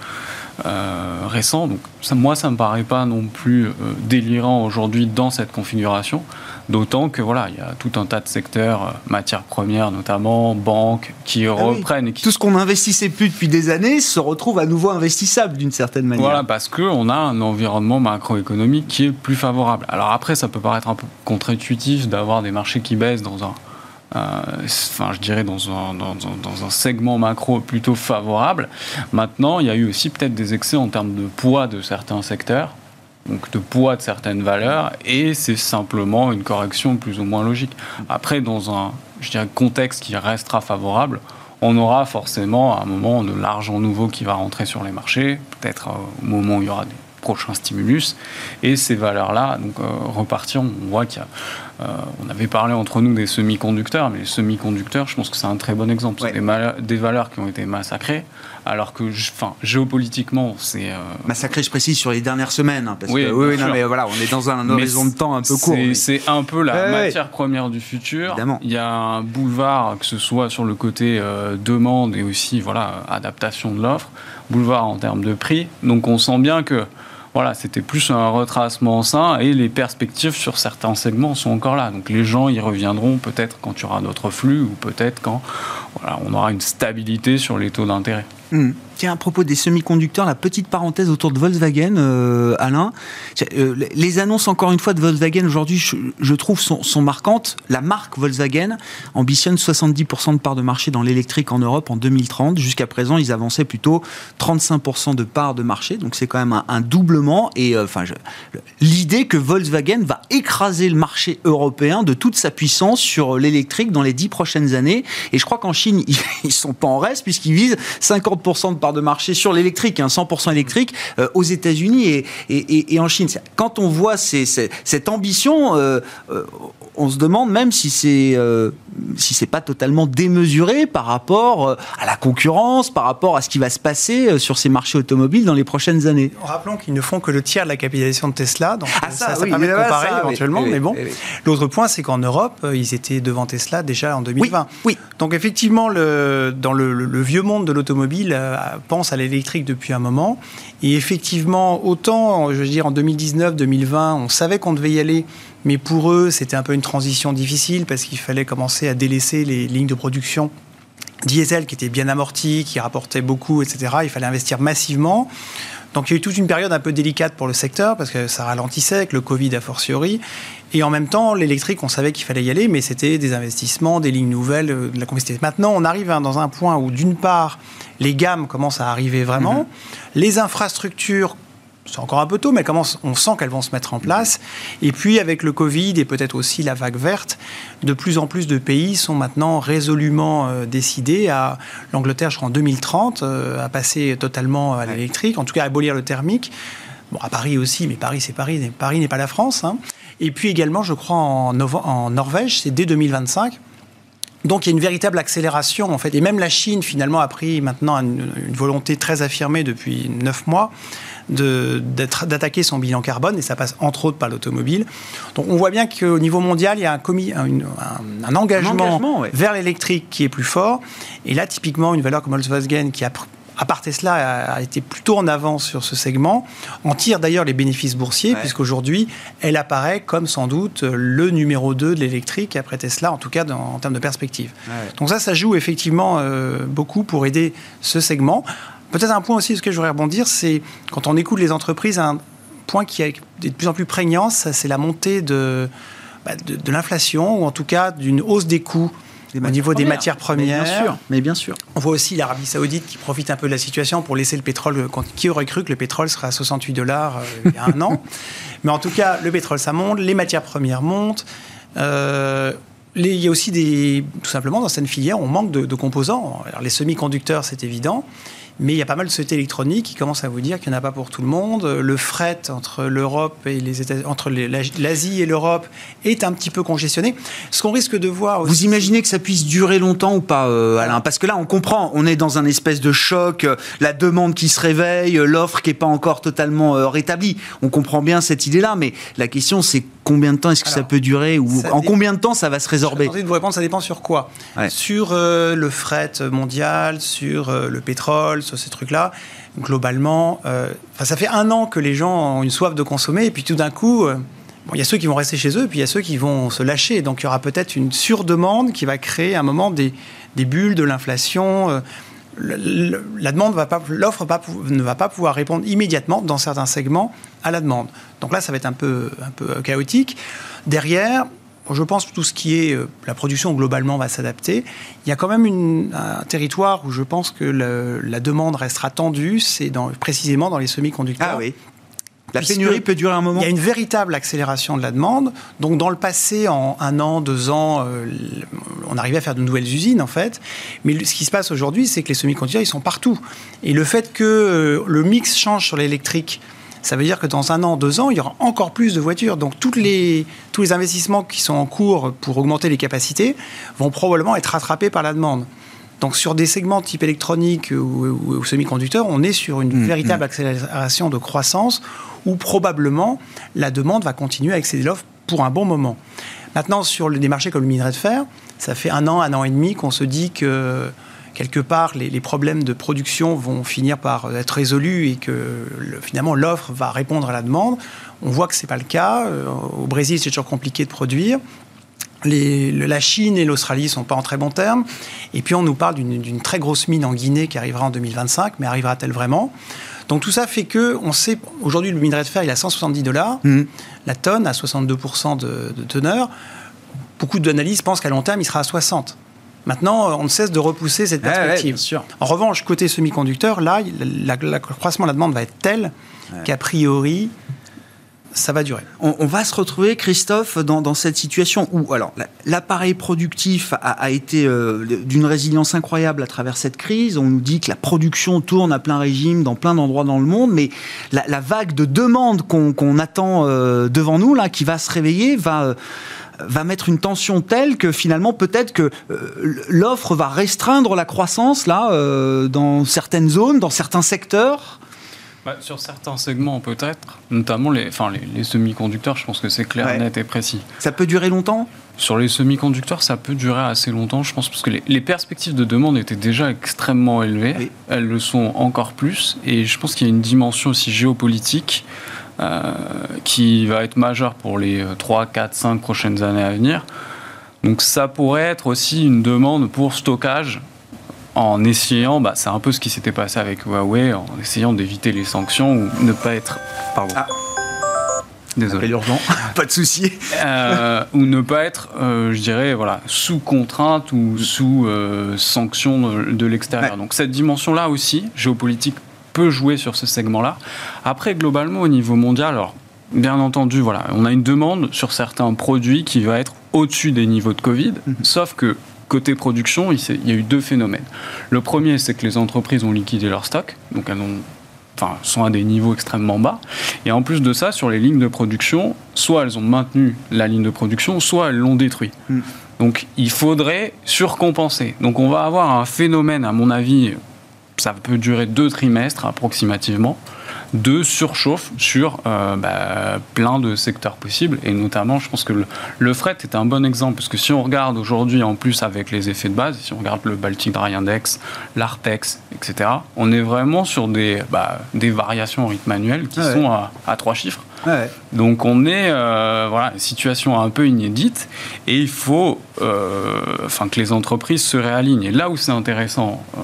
euh, récent. Donc, ça, moi, ça ne me paraît pas non plus euh, délirant aujourd'hui dans cette configuration. D'autant que voilà, il y a tout un tas de secteurs, matières premières notamment, banques, qui ah reprennent. Oui. Et qui... Tout ce qu'on n'investissait plus depuis des années se retrouve à nouveau investissable d'une certaine manière. Voilà, parce qu'on a un environnement macroéconomique qui est plus favorable. Alors après, ça peut paraître un peu contre-intuitif d'avoir des marchés qui baissent dans un, euh, enfin, je dirais dans un, dans, dans un segment macro plutôt favorable. Maintenant, il y a eu aussi peut-être des excès en termes de poids de certains secteurs, donc de poids de certaines valeurs, et c'est simplement une correction plus ou moins logique. Après, dans un je dirais, contexte qui restera favorable, on aura forcément à un moment de l'argent nouveau qui va rentrer sur les marchés, peut-être au moment où il y aura des prochains stimulus, et ces valeurs-là donc, euh, repartiront. On voit qu'il y a, euh, on avait parlé entre nous des semi-conducteurs, mais les semi-conducteurs, je pense que c'est un très bon exemple. Ouais. C'est des, mal- des valeurs qui ont été massacrées, alors que, enfin, géopolitiquement, c'est... Euh... Massacré, je précise, sur les dernières semaines, hein, parce oui, que oui, non, mais voilà, on est dans un horizon de temps un peu court. C'est, mais... c'est un peu la ouais, matière ouais. première du futur. Évidemment. Il y a un boulevard, que ce soit sur le côté euh, demande et aussi, voilà, adaptation de l'offre, boulevard en termes de prix. Donc, on sent bien que voilà, c'était plus un retracement sain et les perspectives sur certains segments sont encore là. Donc les gens y reviendront peut-être quand il y aura d'autres flux ou peut-être quand voilà, on aura une stabilité sur les taux d'intérêt. Mmh. Tiens, à propos des semi-conducteurs, la petite parenthèse autour de Volkswagen, euh, Alain. Euh, les annonces, encore une fois, de Volkswagen aujourd'hui, je, je trouve, sont, sont marquantes. La marque Volkswagen ambitionne soixante-dix pour cent de part de marché dans l'électrique en Europe en deux mille trente. Jusqu'à présent, ils avançaient plutôt trente-cinq pour cent de part de marché. Donc, c'est quand même un, un doublement. Et euh, enfin, je, l'idée que Volkswagen va écraser le marché européen de toute sa puissance sur l'électrique dans les dix prochaines années. Et je crois qu'en Chine, ils ne sont pas en reste puisqu'ils visent cinquante pour cent de part de marché sur l'électrique, hein, cent pour cent électrique, euh, aux États-Unis et, et, et, et en Chine. Quand on voit ces, ces, cette ambition, euh, euh, on se demande même si c'est, euh, si c'est pas totalement démesuré par rapport à la concurrence, par rapport à ce qui va se passer sur ces marchés automobiles dans les prochaines années. Rappelons qu'ils ne font que le tiers de la capitalisation de Tesla, donc ah, ça, ça, ça oui, permet de comparer ça, éventuellement, oui, mais bon. Oui, oui. L'autre point, c'est qu'en Europe, ils étaient devant Tesla déjà en deux mille vingt. Oui, oui. Donc effectivement, le, dans le, le, le vieux monde de l'automobile, euh, pense à l'électrique depuis un moment. Et effectivement, autant, je veux dire, en deux mille dix-neuf, deux mille vingt, on savait qu'on devait y aller, mais pour eux, c'était un peu une transition difficile parce qu'il fallait commencer à délaisser les lignes de production diesel qui étaient bien amorties, qui rapportaient beaucoup, et cetera. Il fallait investir massivement. Donc il y a eu toute une période un peu délicate pour le secteur parce que ça ralentissait avec le Covid a fortiori. Et en même temps, l'électrique, on savait qu'il fallait y aller, mais c'était des investissements, des lignes nouvelles, de la complexité. Maintenant, on arrive hein, dans un point où, d'une part, les gammes commencent à arriver vraiment. Mmh. Les infrastructures c'est encore un peu tôt, mais commence, on sent qu'elles vont se mettre en place. Et puis, avec le Covid et peut-être aussi la vague verte, de plus en plus de pays sont maintenant résolument euh, décidés à, l'Angleterre, je crois, en deux mille trente, euh, à passer totalement à l'électrique, en tout cas à abolir le thermique. Bon, à Paris aussi, mais Paris, c'est Paris. Paris n'est pas la France. Hein. Et puis également, je crois, en, Nov- en Norvège, c'est dès deux mille vingt-cinq. Donc, il y a une véritable accélération, en fait. Et même la Chine, finalement, a pris maintenant une, une volonté très affirmée depuis neuf mois de, d'attaquer son bilan carbone. Et ça passe, entre autres, par l'automobile. Donc, on voit bien qu'au niveau mondial, il y a un, commis, un, un, un engagement, un engagement ouais. vers l'électrique qui est plus fort. Et là, typiquement, une valeur comme Volkswagen, qui a, à part Tesla, a, a été plutôt en avance sur ce segment, en tire d'ailleurs les bénéfices boursiers, ouais. puisqu'aujourd'hui, elle apparaît comme sans doute le numéro deux de l'électrique après Tesla, en tout cas dans, en termes de perspective. Ouais. Donc ça, ça joue effectivement euh, beaucoup pour aider ce segment. Peut-être un point aussi, ce que je voudrais rebondir, c'est quand on écoute les entreprises, un point qui est de plus en plus prégnant, ça, c'est la montée de, bah, de, de l'inflation, ou en tout cas d'une hausse des coûts au niveau des matières premières. Mais bien sûr, mais bien sûr. On voit aussi l'Arabie Saoudite qui profite un peu de la situation pour laisser le pétrole. Qui aurait cru que le pétrole serait à soixante-huit dollars euh, il y a un an? Mais en tout cas, le pétrole, ça monte, les matières premières montent. Euh, les, il y a aussi des, tout simplement, dans certaines filières, on manque de, de composants. Alors, les semi-conducteurs, c'est évident. Mais il y a pas mal de sociétés électroniques qui commencent à vous dire qu'il n'y en a pas pour tout le monde. Le fret entre l'Europe et les États, entre les, l'Asie et l'Europe est un petit peu congestionné. Ce qu'on risque de voir aussi... Vous imaginez que ça puisse durer longtemps ou pas, euh, Alain? Parce que là, on comprend, on est dans un espèce de choc, euh, la demande qui se réveille, euh, l'offre qui n'est pas encore totalement euh, rétablie. On comprend bien cette idée-là, mais la question, c'est combien de temps est-ce que Alors, ça peut durer ou en dé... combien de temps ça va se résorber? J'ai envie de vous répondre, ça dépend sur quoi. Ouais. Sur euh, le fret mondial, sur euh, le pétrole, sur ces trucs-là, globalement, euh, ça fait un an que les gens ont une soif de consommer, et puis tout d'un coup, euh, bon, il y a ceux qui vont rester chez eux, et puis il y a ceux qui vont se lâcher. Donc il y aura peut-être une surdemande qui va créer à un moment des, des bulles de l'inflation. Euh, la, la demande va pas, l'offre va, ne va pas pouvoir répondre immédiatement dans certains segments à la demande. Donc là, ça va être un peu, un peu chaotique. Derrière, je pense que tout ce qui est euh, la production globalement va s'adapter. Il y a quand même une, un territoire où je pense que le, la demande restera tendue, c'est dans, précisément dans les semi-conducteurs. Ah oui. La pénurie peut durer un moment. Il y a une véritable accélération de la demande. Donc, dans le passé, en un an, deux ans, euh, on arrivait à faire de nouvelles usines, en fait. Mais ce qui se passe aujourd'hui, c'est que les semi-conducteurs, ils sont partout. Et le fait que euh, le mix change sur l'électrique, ça veut dire que dans un an, deux ans, il y aura encore plus de voitures. Donc, toutes les, tous les investissements qui sont en cours pour augmenter les capacités vont probablement être rattrapés par la demande. Donc, sur des segments type électronique ou, ou, ou semi-conducteurs, on est sur une mmh, véritable mmh. accélération de croissance où probablement la demande va continuer à excéder l'offre pour un bon moment. Maintenant, sur des marchés comme le minerai de fer, ça fait un an, un an et demi qu'on se dit que quelque part, les, les problèmes de production vont finir par être résolus et que le, finalement l'offre va répondre à la demande. On voit que ce n'est pas le cas. Au Brésil, c'est toujours compliqué de produire. Les, la Chine et l'Australie ne sont pas en très bons termes. Et puis on nous parle d'une, d'une très grosse mine en Guinée qui arrivera en deux mille vingt-cinq, mais arrivera-t-elle vraiment? Donc tout ça fait que, on sait, aujourd'hui le minerai de fer il est à cent soixante-dix dollars, mmh. la tonne à soixante-deux pour cent de, de teneur. Beaucoup d'analystes pensent qu'à long terme il sera à soixante. Maintenant, on ne cesse de repousser cette perspective. Ah ouais, en revanche, côté semi-conducteur, là, l'accroissement de la demande va être tel ouais. qu'a priori, ça va durer. On, on va se retrouver, Christophe, dans, dans cette situation où alors, l'appareil productif a, a été euh, d'une résilience incroyable à travers cette crise. On nous dit que la production tourne à plein régime dans plein d'endroits dans le monde, mais la, la vague de demande qu'on, qu'on attend euh, devant nous, là, qui va se réveiller, va... Euh, va mettre une tension telle que finalement peut-être que euh, l'offre va restreindre la croissance là euh, dans certaines zones, dans certains secteurs. Bah, sur certains segments peut-être, notamment les, enfin, les, les semi-conducteurs, je pense que c'est clair, ouais. net et précis. Ça peut durer longtemps ? Sur les semi-conducteurs, ça peut durer assez longtemps, je pense, parce que les, les perspectives de demande étaient déjà extrêmement élevées, oui. elles le sont encore plus, et je pense qu'il y a une dimension aussi géopolitique Euh, qui va être majeur pour les trois, quatre, cinq prochaines années à venir. Donc ça pourrait être aussi une demande pour stockage en essayant, bah, c'est un peu ce qui s'était passé avec Huawei, en essayant d'éviter les sanctions ou ne pas être... Pardon. Ah. Désolé. Appel urgent, pas de souci. Euh, ou ne pas être, euh, je dirais, voilà, sous contrainte ou sous euh, sanction de, de l'extérieur. Ouais. Donc cette dimension-là aussi, géopolitique, peut jouer sur ce segment-là. Après, globalement, au niveau mondial, alors, bien entendu, voilà, on a une demande sur certains produits qui va être au-dessus des niveaux de Covid, mmh. sauf que côté production, il y a eu deux phénomènes. Le premier, c'est que les entreprises ont liquidé leur stock, donc elles ont, enfin, sont à des niveaux extrêmement bas. Et en plus de ça, sur les lignes de production, soit elles ont maintenu la ligne de production, soit elles l'ont détruit. Mmh. Donc il faudrait surcompenser. Donc on va avoir un phénomène, à mon avis, ça peut durer deux trimestres approximativement, de surchauffe sur euh, bah, plein de secteurs possibles, et notamment je pense que le, le fret est un bon exemple, parce que si on regarde aujourd'hui en plus avec les effets de base, si on regarde le Baltic Dry Index, l'Artex, et cetera, on est vraiment sur des, bah, des variations en rythme annuel qui ah ouais. sont à, à trois chiffres. Ah ouais. Donc on est euh, voilà, une situation un peu inédite, et il faut euh, enfin, que les entreprises se réalignent. Et là où c'est intéressant, euh,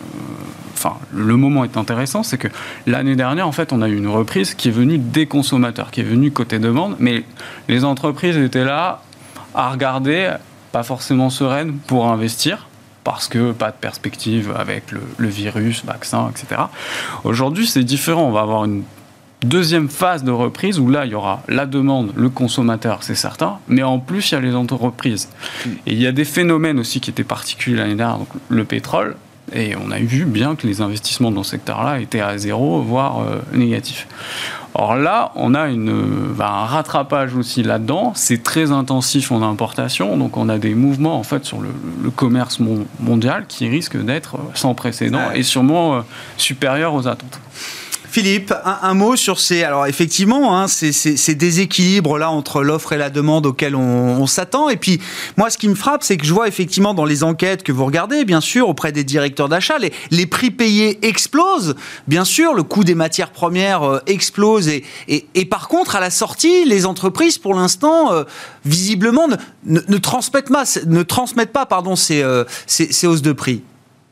Enfin, le moment est intéressant, c'est que l'année dernière, en fait, on a eu une reprise qui est venue des consommateurs, qui est venue côté demande, mais les entreprises étaient là à regarder, pas forcément sereines pour investir, parce que pas de perspective avec le, le virus, vaccin, et cetera. Aujourd'hui, c'est différent. On va avoir une deuxième phase de reprise où là, il y aura la demande, le consommateur, c'est certain, mais en plus, il y a les entreprises. Et il y a des phénomènes aussi qui étaient particuliers l'année dernière, donc le pétrole. Et on a vu bien que les investissements dans ce secteur-là étaient à zéro, voire euh, négatifs. Or là, on a une, bah, un rattrapage aussi là-dedans. C'est très intensif en importation, donc on a des mouvements en fait sur le, le commerce mon, mondial qui risquent d'être sans précédent et sûrement euh, supérieurs aux attentes. Philippe, un, un mot sur ces... Alors effectivement, hein, ces, ces, ces déséquilibres-là entre l'offre et la demande auxquels on, on s'attend. Et puis, moi, ce qui me frappe, c'est que je vois effectivement dans les enquêtes que vous regardez, bien sûr, auprès des directeurs d'achat, les, les prix payés explosent. Bien sûr, le coût des matières premières euh, explose. Et, et, et par contre, à la sortie, les entreprises, pour l'instant, euh, visiblement, ne, ne, ne transmettent pas, ne transmettent pas pardon, ces, euh, ces, ces hausses de prix.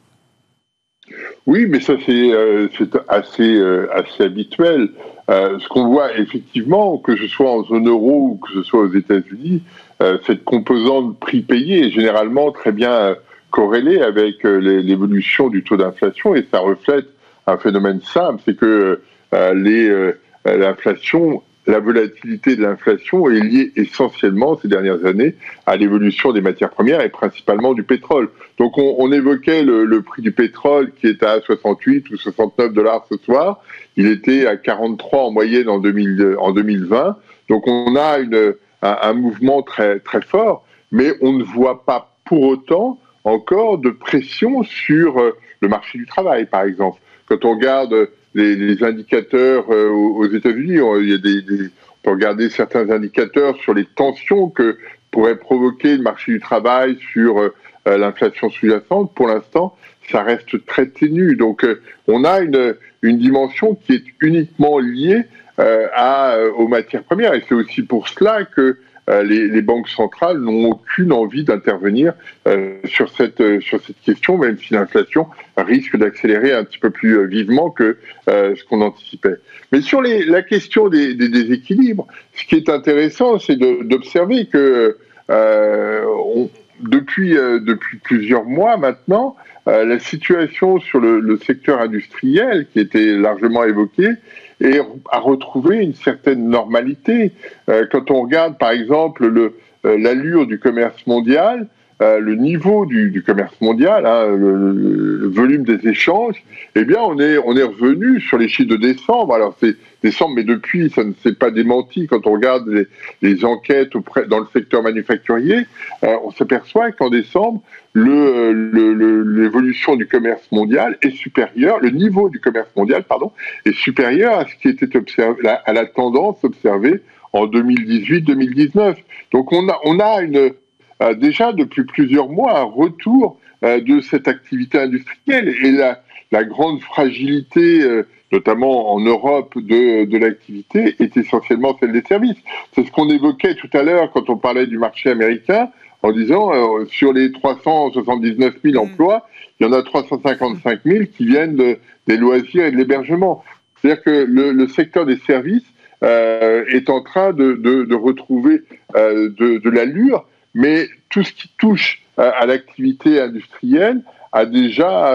Oui, mais ça c'est, euh, c'est assez, euh, assez habituel. Euh, ce qu'on voit effectivement, que ce soit en zone euro ou que ce soit aux États-Unis, euh, cette composante prix payé est généralement très bien euh, corrélée avec euh, les, l'évolution du taux d'inflation, et ça reflète un phénomène simple, c'est que euh, les, euh, l'inflation, la volatilité de l'inflation est liée essentiellement ces dernières années à l'évolution des matières premières et principalement du pétrole. Donc on, on évoquait le, le prix du pétrole qui est à soixante-huit ou soixante-neuf dollars ce soir. Il était à quarante-trois en moyenne en, deux mille, en deux mille vingt. Donc on a une, un, un mouvement très, très fort, mais on ne voit pas pour autant encore de pression sur le marché du travail, par exemple. Quand on regarde les, les indicateurs euh, aux États-Unis, on, il y a des, des, on peut regarder certains indicateurs sur les tensions que pourrait provoquer le marché du travail sur euh, l'inflation sous-jacente. Pour l'instant, ça reste très ténu. Donc, euh, on a une, une dimension qui est uniquement liée euh, à, euh, aux matières premières. Et c'est aussi pour cela que euh, les, les banques centrales n'ont aucune envie d'intervenir euh, sur cette, euh, sur cette question, même si l'inflation risque d'accélérer un petit peu plus euh, vivement que euh, ce qu'on anticipait. Mais sur les, la question des, des déséquilibres, ce qui est intéressant, c'est de, d'observer que euh, on, depuis, euh, depuis plusieurs mois maintenant, euh, la situation sur le, le secteur industriel, qui était largement évoquée, et a retrouvé une certaine normalité. Euh, quand on regarde, par exemple, le, euh, l'allure du commerce mondial, euh, le niveau du, du commerce mondial, hein, le, le volume des échanges, eh bien, on est, on est revenu sur les chiffres de décembre. Alors, c'est décembre, mais depuis, ça ne s'est pas démenti. Quand on regarde les, les enquêtes auprès, dans le secteur manufacturier, euh, on s'aperçoit qu'en décembre, le, le, le, l'évolution du commerce mondial est supérieure, le niveau du commerce mondial, pardon, est supérieur à ce qui était observé, à la tendance observée en deux mille dix-huit deux mille dix-neuf. Donc, on a, on a une, euh, déjà depuis plusieurs mois un retour euh, de cette activité industrielle, et la, la grande fragilité, euh, notamment en Europe, de, de l'activité est essentiellement celle des services. C'est ce qu'on évoquait tout à l'heure quand on parlait du marché américain, en disant euh, sur les trois cent soixante-dix-neuf mille emplois, il y en a trois cent cinquante-cinq mille qui viennent de, des loisirs et de l'hébergement. C'est-à-dire que le, le secteur des services euh, est en train de, de, de retrouver euh, de, de l'allure, mais tout ce qui touche à, à l'activité industrielle a déjà euh,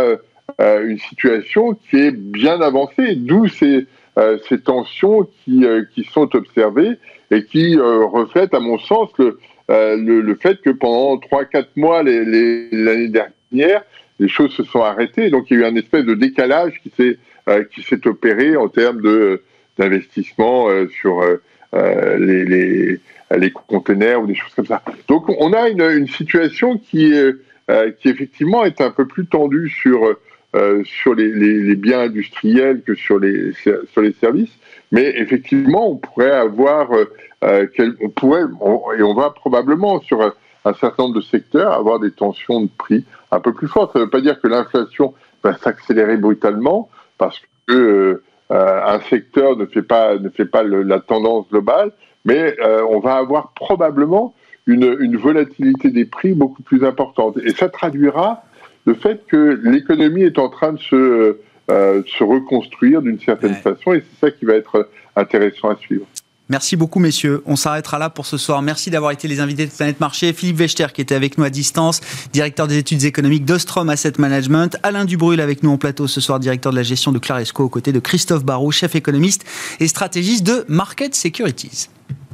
euh, une situation qui est bien avancée, d'où ces, euh, ces tensions qui, euh, qui sont observées et qui euh, reflètent, à mon sens, le, euh, le, le fait que pendant trois quatre mois les, les, l'année dernière, les choses se sont arrêtées. Donc il y a eu un espèce de décalage qui s'est, euh, qui s'est opéré en termes de, d'investissement euh, sur euh, les, les, les containers ou des choses comme ça. Donc on a une, une situation qui, euh, qui effectivement est un peu plus tendue sur, euh, sur les, les, les biens industriels que sur les, sur les services. Mais effectivement, on pourrait avoir, euh, quel, on pourrait, on, et on va probablement sur un, un certain nombre de secteurs avoir des tensions de prix un peu plus fortes. Ça ne veut pas dire que l'inflation va s'accélérer brutalement, parce que euh, un secteur ne fait pas, ne fait pas le, la tendance globale, mais euh, on va avoir probablement une, une volatilité des prix beaucoup plus importante. Et ça traduira le fait que l'économie est en train de se... Euh, se reconstruire d'une certaine ouais. façon, et c'est ça qui va être intéressant à suivre. Merci beaucoup, messieurs. On s'arrêtera là pour ce soir. Merci d'avoir été les invités de Planète Marché. Philippe Wechter, qui était avec nous à distance, directeur des études économiques d'Ostrom Asset Management. Alain Dubrul, avec nous en plateau ce soir, directeur de la gestion de Claresco, aux côtés de Christophe Barraud, chef économiste et stratégiste de Market Securities.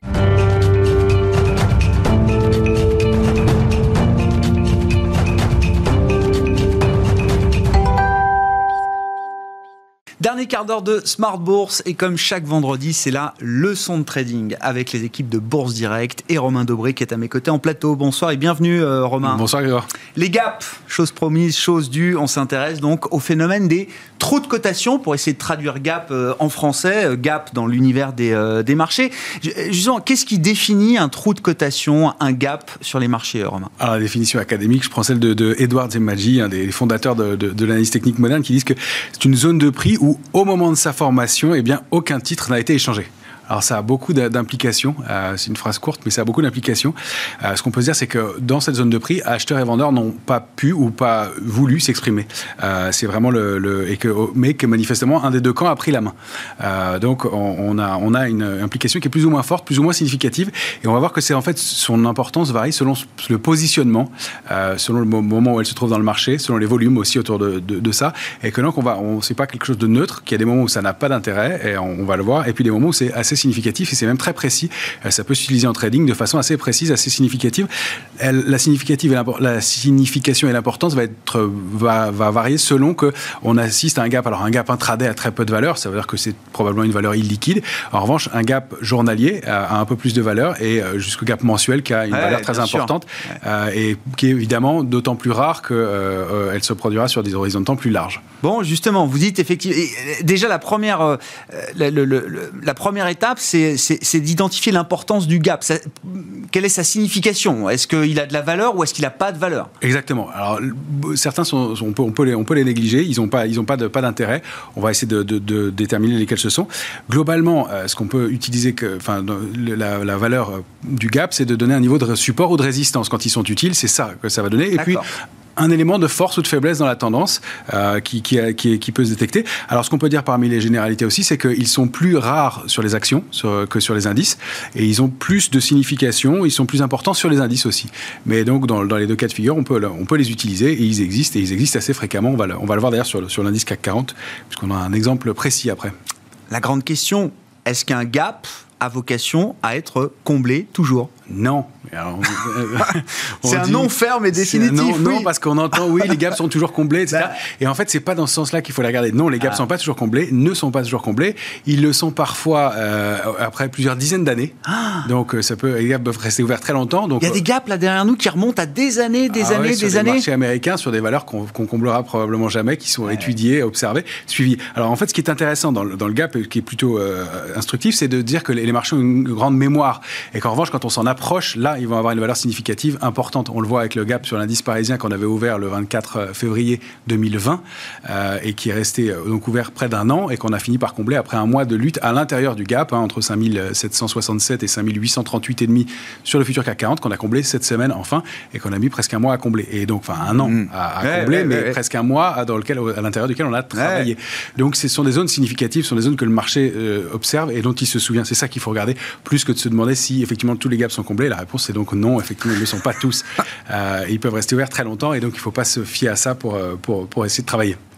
Dernier quart d'heure de Smart Bourse, et comme chaque vendredi, c'est la leçon de trading avec les équipes de Bourse Direct et Romain Dobré qui est à mes côtés en plateau. Bonsoir et bienvenue euh, Romain. Bonsoir Grégoire. Les gaps, chose promise, chose due, on s'intéresse donc au phénomène des trous de cotation pour essayer de traduire gap euh, en français, euh, gap dans l'univers des, euh, des marchés. Justement, qu'est-ce qui définit un trou de cotation, un gap sur les marchés, Romain? Alors la définition académique, je prends celle de, de Edward Zemmagi, un des fondateurs de, de, de l'analyse technique moderne, qui disent que c'est une zone de prix où au moment de sa formation, eh bien, aucun titre n'a été échangé. Alors ça a beaucoup d'implications, euh, c'est une phrase courte, mais ça a beaucoup d'implications. Euh, ce qu'on peut se dire, c'est que dans cette zone de prix, acheteurs et vendeurs n'ont pas pu ou pas voulu s'exprimer. Euh, c'est vraiment le, le et que, mais que manifestement un des deux camps a pris la main. Euh, donc on, on a on a une implication qui est plus ou moins forte, plus ou moins significative, et on va voir que c'est en fait son importance varie selon le positionnement, euh, selon le moment où elle se trouve dans le marché, selon les volumes aussi autour de, de, de ça, et que donc on va on c'est pas quelque chose de neutre, qu'il y a des moments où ça n'a pas d'intérêt et on, on va le voir, et puis des moments où c'est assez significatif, et c'est même très précis. Ça peut s'utiliser en trading de façon assez précise, assez significative. Elle, la, significative et la signification et l'importance va, être, va, va varier selon qu'on assiste à un gap. Alors un gap intraday a très peu de valeur, ça veut dire que c'est probablement une valeur illiquide. En revanche, un gap journalier a, a un peu plus de valeur, et jusqu'au gap mensuel qui a une ouais, valeur très importante, ouais. euh, et qui est évidemment d'autant plus rare qu'elle euh, se produira sur des horizons de temps plus larges. Bon, justement, vous dites effectivement, déjà la première, euh, la, le, le, la première étape, c'est, c'est, c'est d'identifier l'importance du gap. Ça, quelle est sa signification? Est-ce qu'il a de la valeur ou est-ce qu'il n'a pas de valeur? Exactement. Alors, certains, sont, on, peut, on, peut les, on peut les négliger, ils n'ont pas, ils ont pas, de, pas d'intérêt. On va essayer de, de, de déterminer lesquels ce sont. Globalement, euh, ce qu'on peut utiliser, que, enfin, la, la valeur du gap, c'est de donner un niveau de support ou de résistance. Quand ils sont utiles, c'est ça que ça va donner. Et D'accord. puis, un élément de force ou de faiblesse dans la tendance euh, qui, qui, qui, qui peut se détecter. Alors, ce qu'on peut dire parmi les généralités aussi, c'est qu'ils sont plus rares sur les actions sur, que sur les indices, et ils ont plus de signification, ils sont plus importants sur les indices aussi. Mais donc, dans, dans les deux cas de figure, on peut, on peut les utiliser, et ils existent, et ils existent assez fréquemment. On va le, on va le voir d'ailleurs sur, sur l'indice C A C quarante, puisqu'on a un exemple précis après. La grande question, est-ce qu'un gap a vocation à être comblé toujours? Non. Alors, c'est un non ferme et définitif. Non, oui. non, parce qu'on entend, oui, les gaps sont toujours comblés, et cetera. Bah, et en fait, c'est pas dans ce sens-là qu'il faut les regarder. Non, les gaps ah. sont pas toujours comblés, ne sont pas toujours comblés. Ils le sont parfois euh, après plusieurs dizaines d'années. Ah. Donc, ça peut, les gaps peuvent rester ouverts très longtemps. Donc, il y a des gaps là derrière nous qui remontent à des années, des ah, années, ouais, sur des les années. Marchés américains, sur des valeurs qu'on, qu'on comblera probablement jamais, qui sont ouais. étudiées, observées, suivies. Alors, en fait, ce qui est intéressant dans le, dans le gap, et qui est plutôt euh, instructif, c'est de dire que les, les marchés ont une grande mémoire, et qu'en revanche, quand on s'en approche, là, ils vont avoir une valeur significative importante. On le voit avec le gap sur l'indice parisien qu'on avait ouvert le vingt-quatre février deux mille vingt euh, et qui est resté euh, donc ouvert près d'un an et qu'on a fini par combler après un mois de lutte à l'intérieur du gap, hein, entre cinq mille sept cent soixante-sept et cinq mille huit cent trente-huit virgule cinq sur le futur C A C quarante, qu'on a comblé cette semaine enfin, et qu'on a mis presque un mois à combler. Et donc, enfin un an mmh. à, à ouais, combler, ouais, mais ouais. presque un mois dans lequel, à l'intérieur duquel on a travaillé. Ouais. Donc, ce sont des zones significatives, ce sont des zones que le marché euh, observe et dont il se souvient. C'est ça qu'il faut regarder, plus que de se demander si effectivement tous les gaps sont comblés. La réponse c'est donc non, effectivement, ils ne le sont pas tous. Euh, ils peuvent rester ouverts très longtemps, et donc il ne faut pas se fier à ça pour, pour, pour essayer de travailler.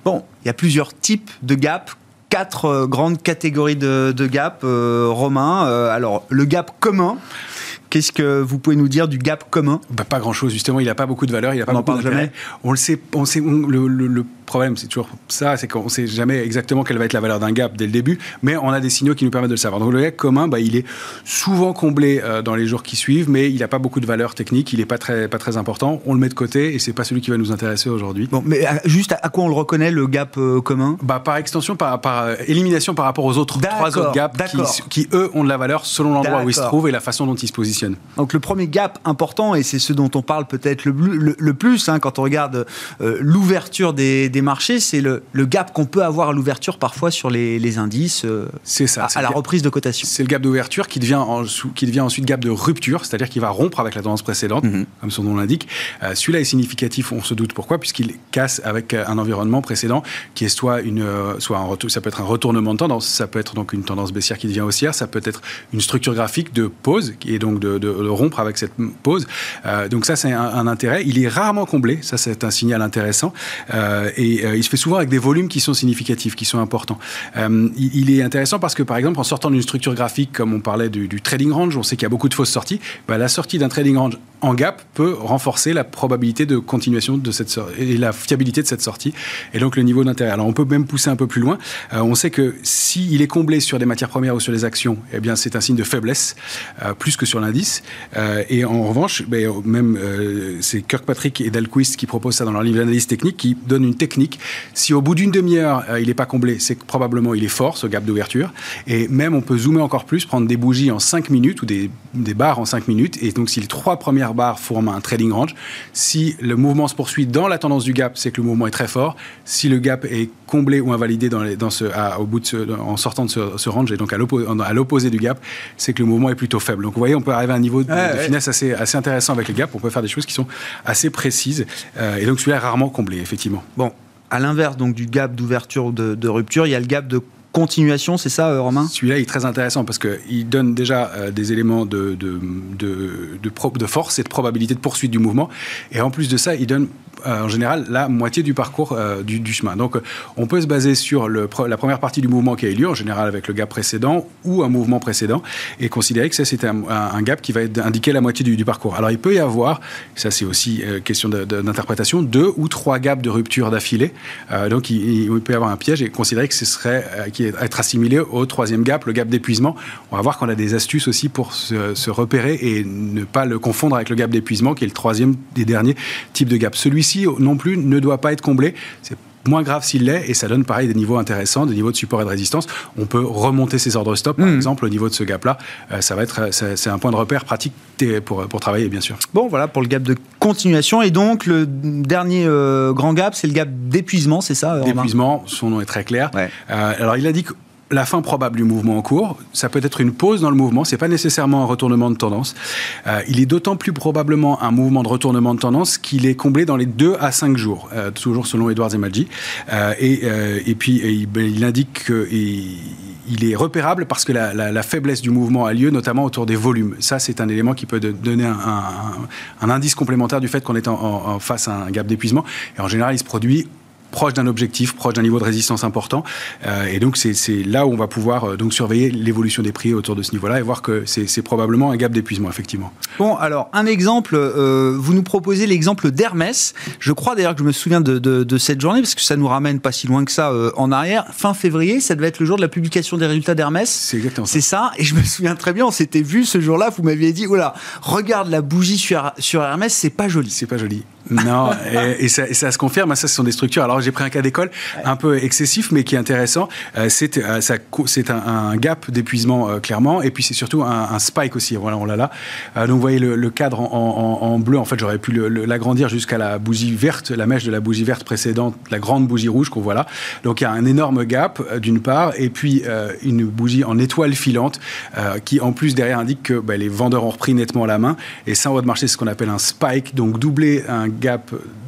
Bon, il y a plusieurs types de gap. Quatre euh, grandes catégories de, de gap, euh, Romain. Euh, alors, le gap commun. Qu'est-ce que vous pouvez nous dire du gap commun ? Bah, pas grand-chose, justement. Il n'a pas beaucoup de valeur, il n'a pas on beaucoup d'intérêt. On le sait, on sait on, le, le, le problème, c'est toujours ça, c'est qu'on ne sait jamais exactement quelle va être la valeur d'un gap dès le début, mais on a des signaux qui nous permettent de le savoir. Donc le gap commun, bah, il est souvent comblé euh, dans les jours qui suivent, mais il n'a pas beaucoup de valeur technique, il n'est pas très, pas très important. On le met de côté et ce n'est pas celui qui va nous intéresser aujourd'hui. Bon, mais à, juste à quoi on le reconnaît, le gap euh, commun ? Bah, par extension, par, par euh, élimination par rapport aux autres trois autres gaps qui, qui, eux, ont de la valeur selon l'endroit d'accord. où ils se trouvent et la façon dont ils se positionnent. Donc le premier gap important, et c'est ce dont on parle peut-être le, le, le plus hein, quand on regarde euh, l'ouverture des, des marchés, c'est le, le gap qu'on peut avoir à l'ouverture parfois sur les, les indices euh, c'est ça, à, c'est à la gap, reprise de cotation. C'est le gap d'ouverture qui devient, en, qui devient ensuite gap de rupture, c'est-à-dire qu'il va rompre avec la tendance précédente, mm-hmm. comme son nom l'indique. Euh, celui-là est significatif, on se doute pourquoi, puisqu'il casse avec un environnement précédent qui est soit, une, soit un retour, ça peut être un retournement de tendance, ça peut être donc une tendance baissière qui devient haussière, ça peut être une structure graphique de pause, et donc de, de, de rompre avec cette pause. Euh, donc ça, c'est un, un intérêt. Il est rarement comblé. Ça, c'est un signal intéressant. Euh, et euh, il se fait souvent avec des volumes qui sont significatifs, qui sont importants. Euh, il, il est intéressant parce que, par exemple, en sortant d'une structure graphique, comme on parlait du, du trading range, on sait qu'il y a beaucoup de fausses sorties. Bah, la sortie d'un trading range en gap peut renforcer la probabilité de continuation de cette sortie et la fiabilité de cette sortie. Et donc, le niveau d'intérêt. Alors, on peut même pousser un peu plus loin. Euh, on sait que s'il est comblé sur des matières premières ou sur les actions, eh bien, c'est un signe de faiblesse, euh, plus que sur l'indice. Euh, et en revanche, ben, même euh, c'est Kirkpatrick et Dahlquist qui proposent ça dans leur livre d'analyse technique, qui donne une technique. Si au bout d'une demi-heure, euh, il n'est pas comblé, c'est que probablement il est fort, ce gap d'ouverture. Et même, on peut zoomer encore plus, prendre des bougies en cinq minutes ou des, des barres en cinq minutes. Et donc, si les trois premières barres forment un trading range, si le mouvement se poursuit dans la tendance du gap, c'est que le mouvement est très fort. Si le gap est comblé ou invalidé dans les, dans ce, à, au bout de ce, en sortant de ce, ce range, et donc à l'opposé, à l'opposé du gap, c'est que le mouvement est plutôt faible. Donc, vous voyez, on peut arriver à un niveau de, ouais, de ouais. finesse assez, assez intéressant avec le gap. On peut faire des choses qui sont assez précises. Euh, et donc, celui-là est rarement comblé, effectivement. Bon, à l'inverse donc, du gap d'ouverture ou de, de rupture, il y a le gap de continuation, c'est ça, euh, Romain ? Celui-là est très intéressant parce qu'il donne déjà euh, des éléments de, de, de, de, pro, de force et de probabilité de poursuite du mouvement. Et en plus de ça, il donne euh, en général la moitié du parcours euh, du, du chemin. Donc, on peut se baser sur le, la première partie du mouvement qui a eu lieu, en général avec le gap précédent ou un mouvement précédent, et considérer que ça, c'est un, un gap qui va indiquer la moitié du, du parcours. Alors, il peut y avoir, ça c'est aussi euh, question de, de, d'interprétation, deux ou trois gaps de rupture d'affilée. Euh, donc, il, il peut y avoir un piège et considérer que ce serait euh, qui est, être assimilé au troisième gap, le gap d'épuisement. On va voir qu'on a des astuces aussi pour se, se repérer et ne pas le confondre avec le gap d'épuisement, qui est le troisième des derniers types de gap. Celui-ci non plus ne doit pas être comblé. C'est moins grave s'il l'est, et ça donne pareil des niveaux intéressants, des niveaux de support et de résistance. On peut remonter ses ordres stop, par mmh. exemple, au niveau de ce gap-là. Euh, ça va être, c'est, c'est un point de repère pratique pour, pour travailler, bien sûr. Bon, voilà pour le gap de continuation. Et donc, le dernier euh, grand gap, c'est le gap d'épuisement, c'est ça, Romain ? D'épuisement, son nom est très clair. Ouais. Euh, alors, il indique la fin probable du mouvement en cours. Ça peut être une pause dans le mouvement, c'est pas nécessairement un retournement de tendance. Euh, il est d'autant plus probablement un mouvement de retournement de tendance qu'il est comblé dans les deux à cinq jours, euh, toujours selon Edward Zemaji. Euh, et, euh, et puis, il, il indique qu'il il est repérable parce que la, la, la faiblesse du mouvement a lieu, notamment autour des volumes. Ça, c'est un élément qui peut de, donner un, un, un indice complémentaire du fait qu'on est en, en, en face à un gap d'épuisement. Et en général, il se produit proche d'un objectif, proche d'un niveau de résistance important. Euh, et donc, c'est, c'est là où on va pouvoir euh, donc surveiller l'évolution des prix autour de ce niveau-là et voir que c'est, c'est probablement un gap d'épuisement, effectivement. Bon, alors, un exemple, euh, vous nous proposez l'exemple d'Hermès. Je crois d'ailleurs que je me souviens de, de, de cette journée, parce que ça nous ramène pas si loin que ça euh, en arrière. Fin février, ça devait être le jour de la publication des résultats d'Hermès. C'est exactement ça. C'est ça. Et je me souviens très bien, on s'était vu ce jour-là, vous m'aviez dit, oula, regarde la bougie sur, sur Hermès, c'est pas joli. C'est pas joli. Non, et, et, ça, et ça se confirme. Ça, ce sont des structures. Alors, j'ai pris un cas d'école un peu excessif, mais qui est intéressant. Euh, c'est, euh, ça, c'est un, un gap d'épuisement euh, clairement, et puis c'est surtout un, un spike aussi. Voilà, on l'a là. Euh, donc, vous voyez le, le cadre en, en, en bleu. En fait, j'aurais pu le, le, l'agrandir jusqu'à la bougie verte, la mèche de la bougie verte précédente, la grande bougie rouge qu'on voit là. Donc, il y a un énorme gap euh, d'une part, et puis euh, une bougie en étoile filante euh, qui, en plus, derrière indique que bah, les vendeurs ont repris nettement la main. Et ça, en haut de marché, c'est ce qu'on appelle un spike. Donc, doubler un gap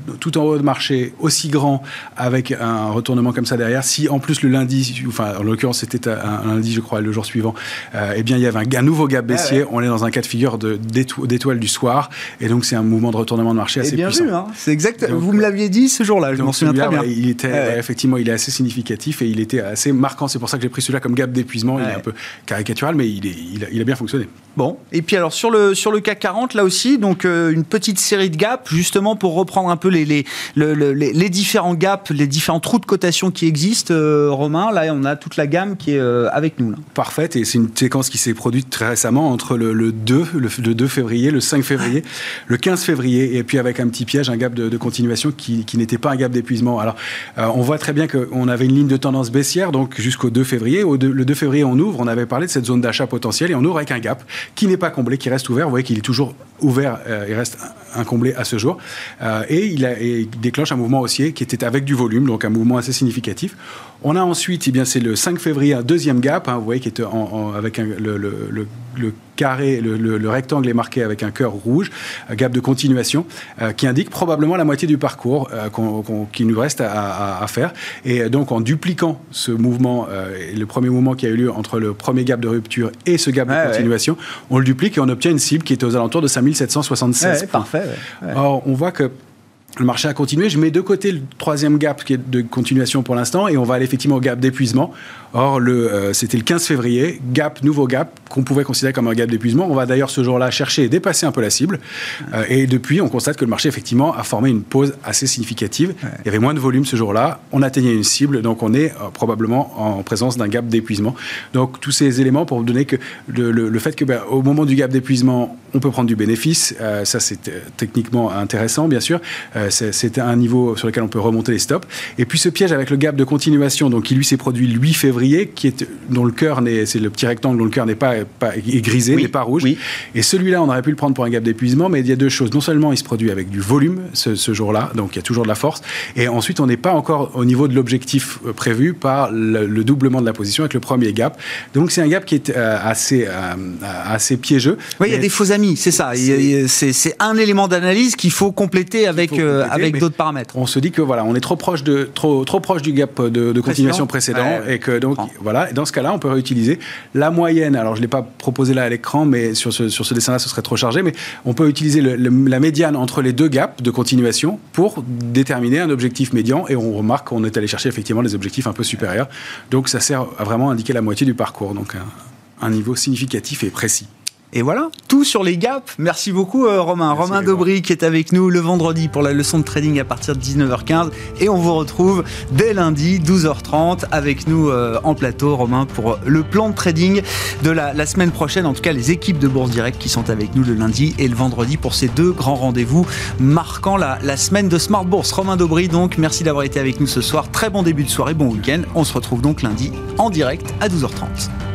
tout en haut de marché aussi grand avec un retournement comme ça derrière, si en plus le lundi, enfin en l'occurrence c'était un, un lundi je crois, le jour suivant, euh, eh bien il y avait un, un nouveau gap baissier, ah ouais. on est dans un cas de figure de, d'éto- d'étoile du soir, et donc c'est un mouvement de retournement de marché assez bien puissant. Vu, hein. C'est exact. Donc, vous me l'aviez dit ce jour-là, je m'en souviens très bien. Il était, ah ouais. effectivement, il est assez significatif et il était assez marquant. C'est pour ça que j'ai pris celui-là comme gap d'épuisement. Ouais. Il est un peu caricatural, mais il, est, il, a, il a bien fonctionné. Bon, et puis alors sur le, sur le C A C quarante, là aussi, donc euh, une petite série de gaps, justement pour reprendre un peu les, les, le, le, les, les différents gaps, les différents trous de cotation qui existent. Euh, Romain, là on a toute la gamme qui est euh, avec nous. Là. Parfaite, et c'est une séquence qui s'est produite très récemment entre le, le, deux, le, le deux février, le cinq février, le quinze février, et puis avec un petit piège, un gap de, de continuation qui, qui n'était pas un gap d'épuisement. Alors euh, on voit très bien qu'on avait une ligne de tendance baissière, donc jusqu'au deux février. Au deux, le deux février on ouvre, on avait parlé de cette zone d'achat potentielle, et on ouvre avec un gap qui n'est pas comblé, qui reste ouvert. Vous voyez qu'il est toujours ouvert, euh, il reste incomblé à ce jour. Euh, et, il a, et il déclenche un mouvement haussier qui était avec du volume, donc un mouvement assez significatif. On a ensuite, eh bien, c'est le cinq février, un deuxième gap, hein, vous voyez, qui est en, en, avec un, le, le, le, le carré, le, le, le rectangle est marqué avec un cœur rouge, un gap de continuation, euh, qui indique probablement la moitié du parcours euh, qu'on, qu'on, qu'il nous reste à, à, à faire. Et donc, en dupliquant ce mouvement, euh, le premier mouvement qui a eu lieu entre le premier gap de rupture et ce gap ouais, de continuation, ouais. on le duplique et on obtient une cible qui est aux alentours de cinq mille sept cent soixante-seize ouais, points. Parfait. Ouais. Ouais. Or, on voit que le marché a continué. Je mets de côté le troisième gap qui est de continuation pour l'instant, et on va aller effectivement au gap d'épuisement. Or, le, euh, c'était le quinze février, gap, nouveau gap, qu'on pouvait considérer comme un gap d'épuisement. On va d'ailleurs ce jour-là chercher et dépasser un peu la cible. Euh, et depuis, on constate que le marché, effectivement, a formé une pause assez significative. Ouais. Il y avait moins de volume ce jour-là. On atteignait une cible, donc on est euh, probablement en présence d'un gap d'épuisement. Donc, tous ces éléments pour vous donner que le, le, le fait que, ben, au moment du gap d'épuisement, on peut prendre du bénéfice. Euh, ça, c'est euh, techniquement intéressant, bien sûr. Euh, c'est, c'est un niveau sur lequel on peut remonter les stops. Et puis, ce piège avec le gap de continuation, donc, qui lui s'est produit le huit février, qui est, dont le cœur n'est, c'est le petit rectangle dont le cœur n'est pas, pas est grisé, oui, n'est pas rouge. Oui. Et celui-là, on aurait pu le prendre pour un gap d'épuisement, mais il y a deux choses. Non seulement il se produit avec du volume ce, ce jour-là, donc il y a toujours de la force, et ensuite on n'est pas encore au niveau de l'objectif prévu par le, le doublement de la position avec le premier gap. Donc c'est un gap qui est euh, assez, euh, assez piégeux. Oui, il y a des faux amis, c'est ça. C'est, c'est, c'est un élément d'analyse qu'il faut compléter avec, faut compléter, euh, avec d'autres paramètres. On se dit que voilà, on est trop proche, de, trop, trop proche du gap de, de continuation précédent, ouais, et que donc voilà, dans ce cas-là, on peut réutiliser la moyenne. Alors, je ne l'ai pas proposé là à l'écran, mais sur ce, sur ce dessin-là, ce serait trop chargé. Mais on peut utiliser le, le, la médiane entre les deux gaps de continuation pour déterminer un objectif médian. Et on remarque qu'on est allé chercher effectivement des objectifs un peu supérieurs. Donc, ça sert à vraiment indiquer la moitié du parcours. Donc, un, un niveau significatif et précis. Et voilà, tout sur les gaps. Merci beaucoup euh, Romain. Merci Romain Daubry qui est avec nous le vendredi pour la leçon de trading à partir de dix-neuf heures quinze. Et on vous retrouve dès lundi, douze heures trente, avec nous euh, en plateau, Romain, pour le plan de trading de la, la semaine prochaine. En tout cas, les équipes de Bourse Direct qui sont avec nous le lundi et le vendredi pour ces deux grands rendez-vous marquant la, la semaine de Smart Bourse. Romain Daubry, donc, merci d'avoir été avec nous ce soir. Très bon début de soirée, bon week-end. On se retrouve donc lundi en direct à douze heures trente.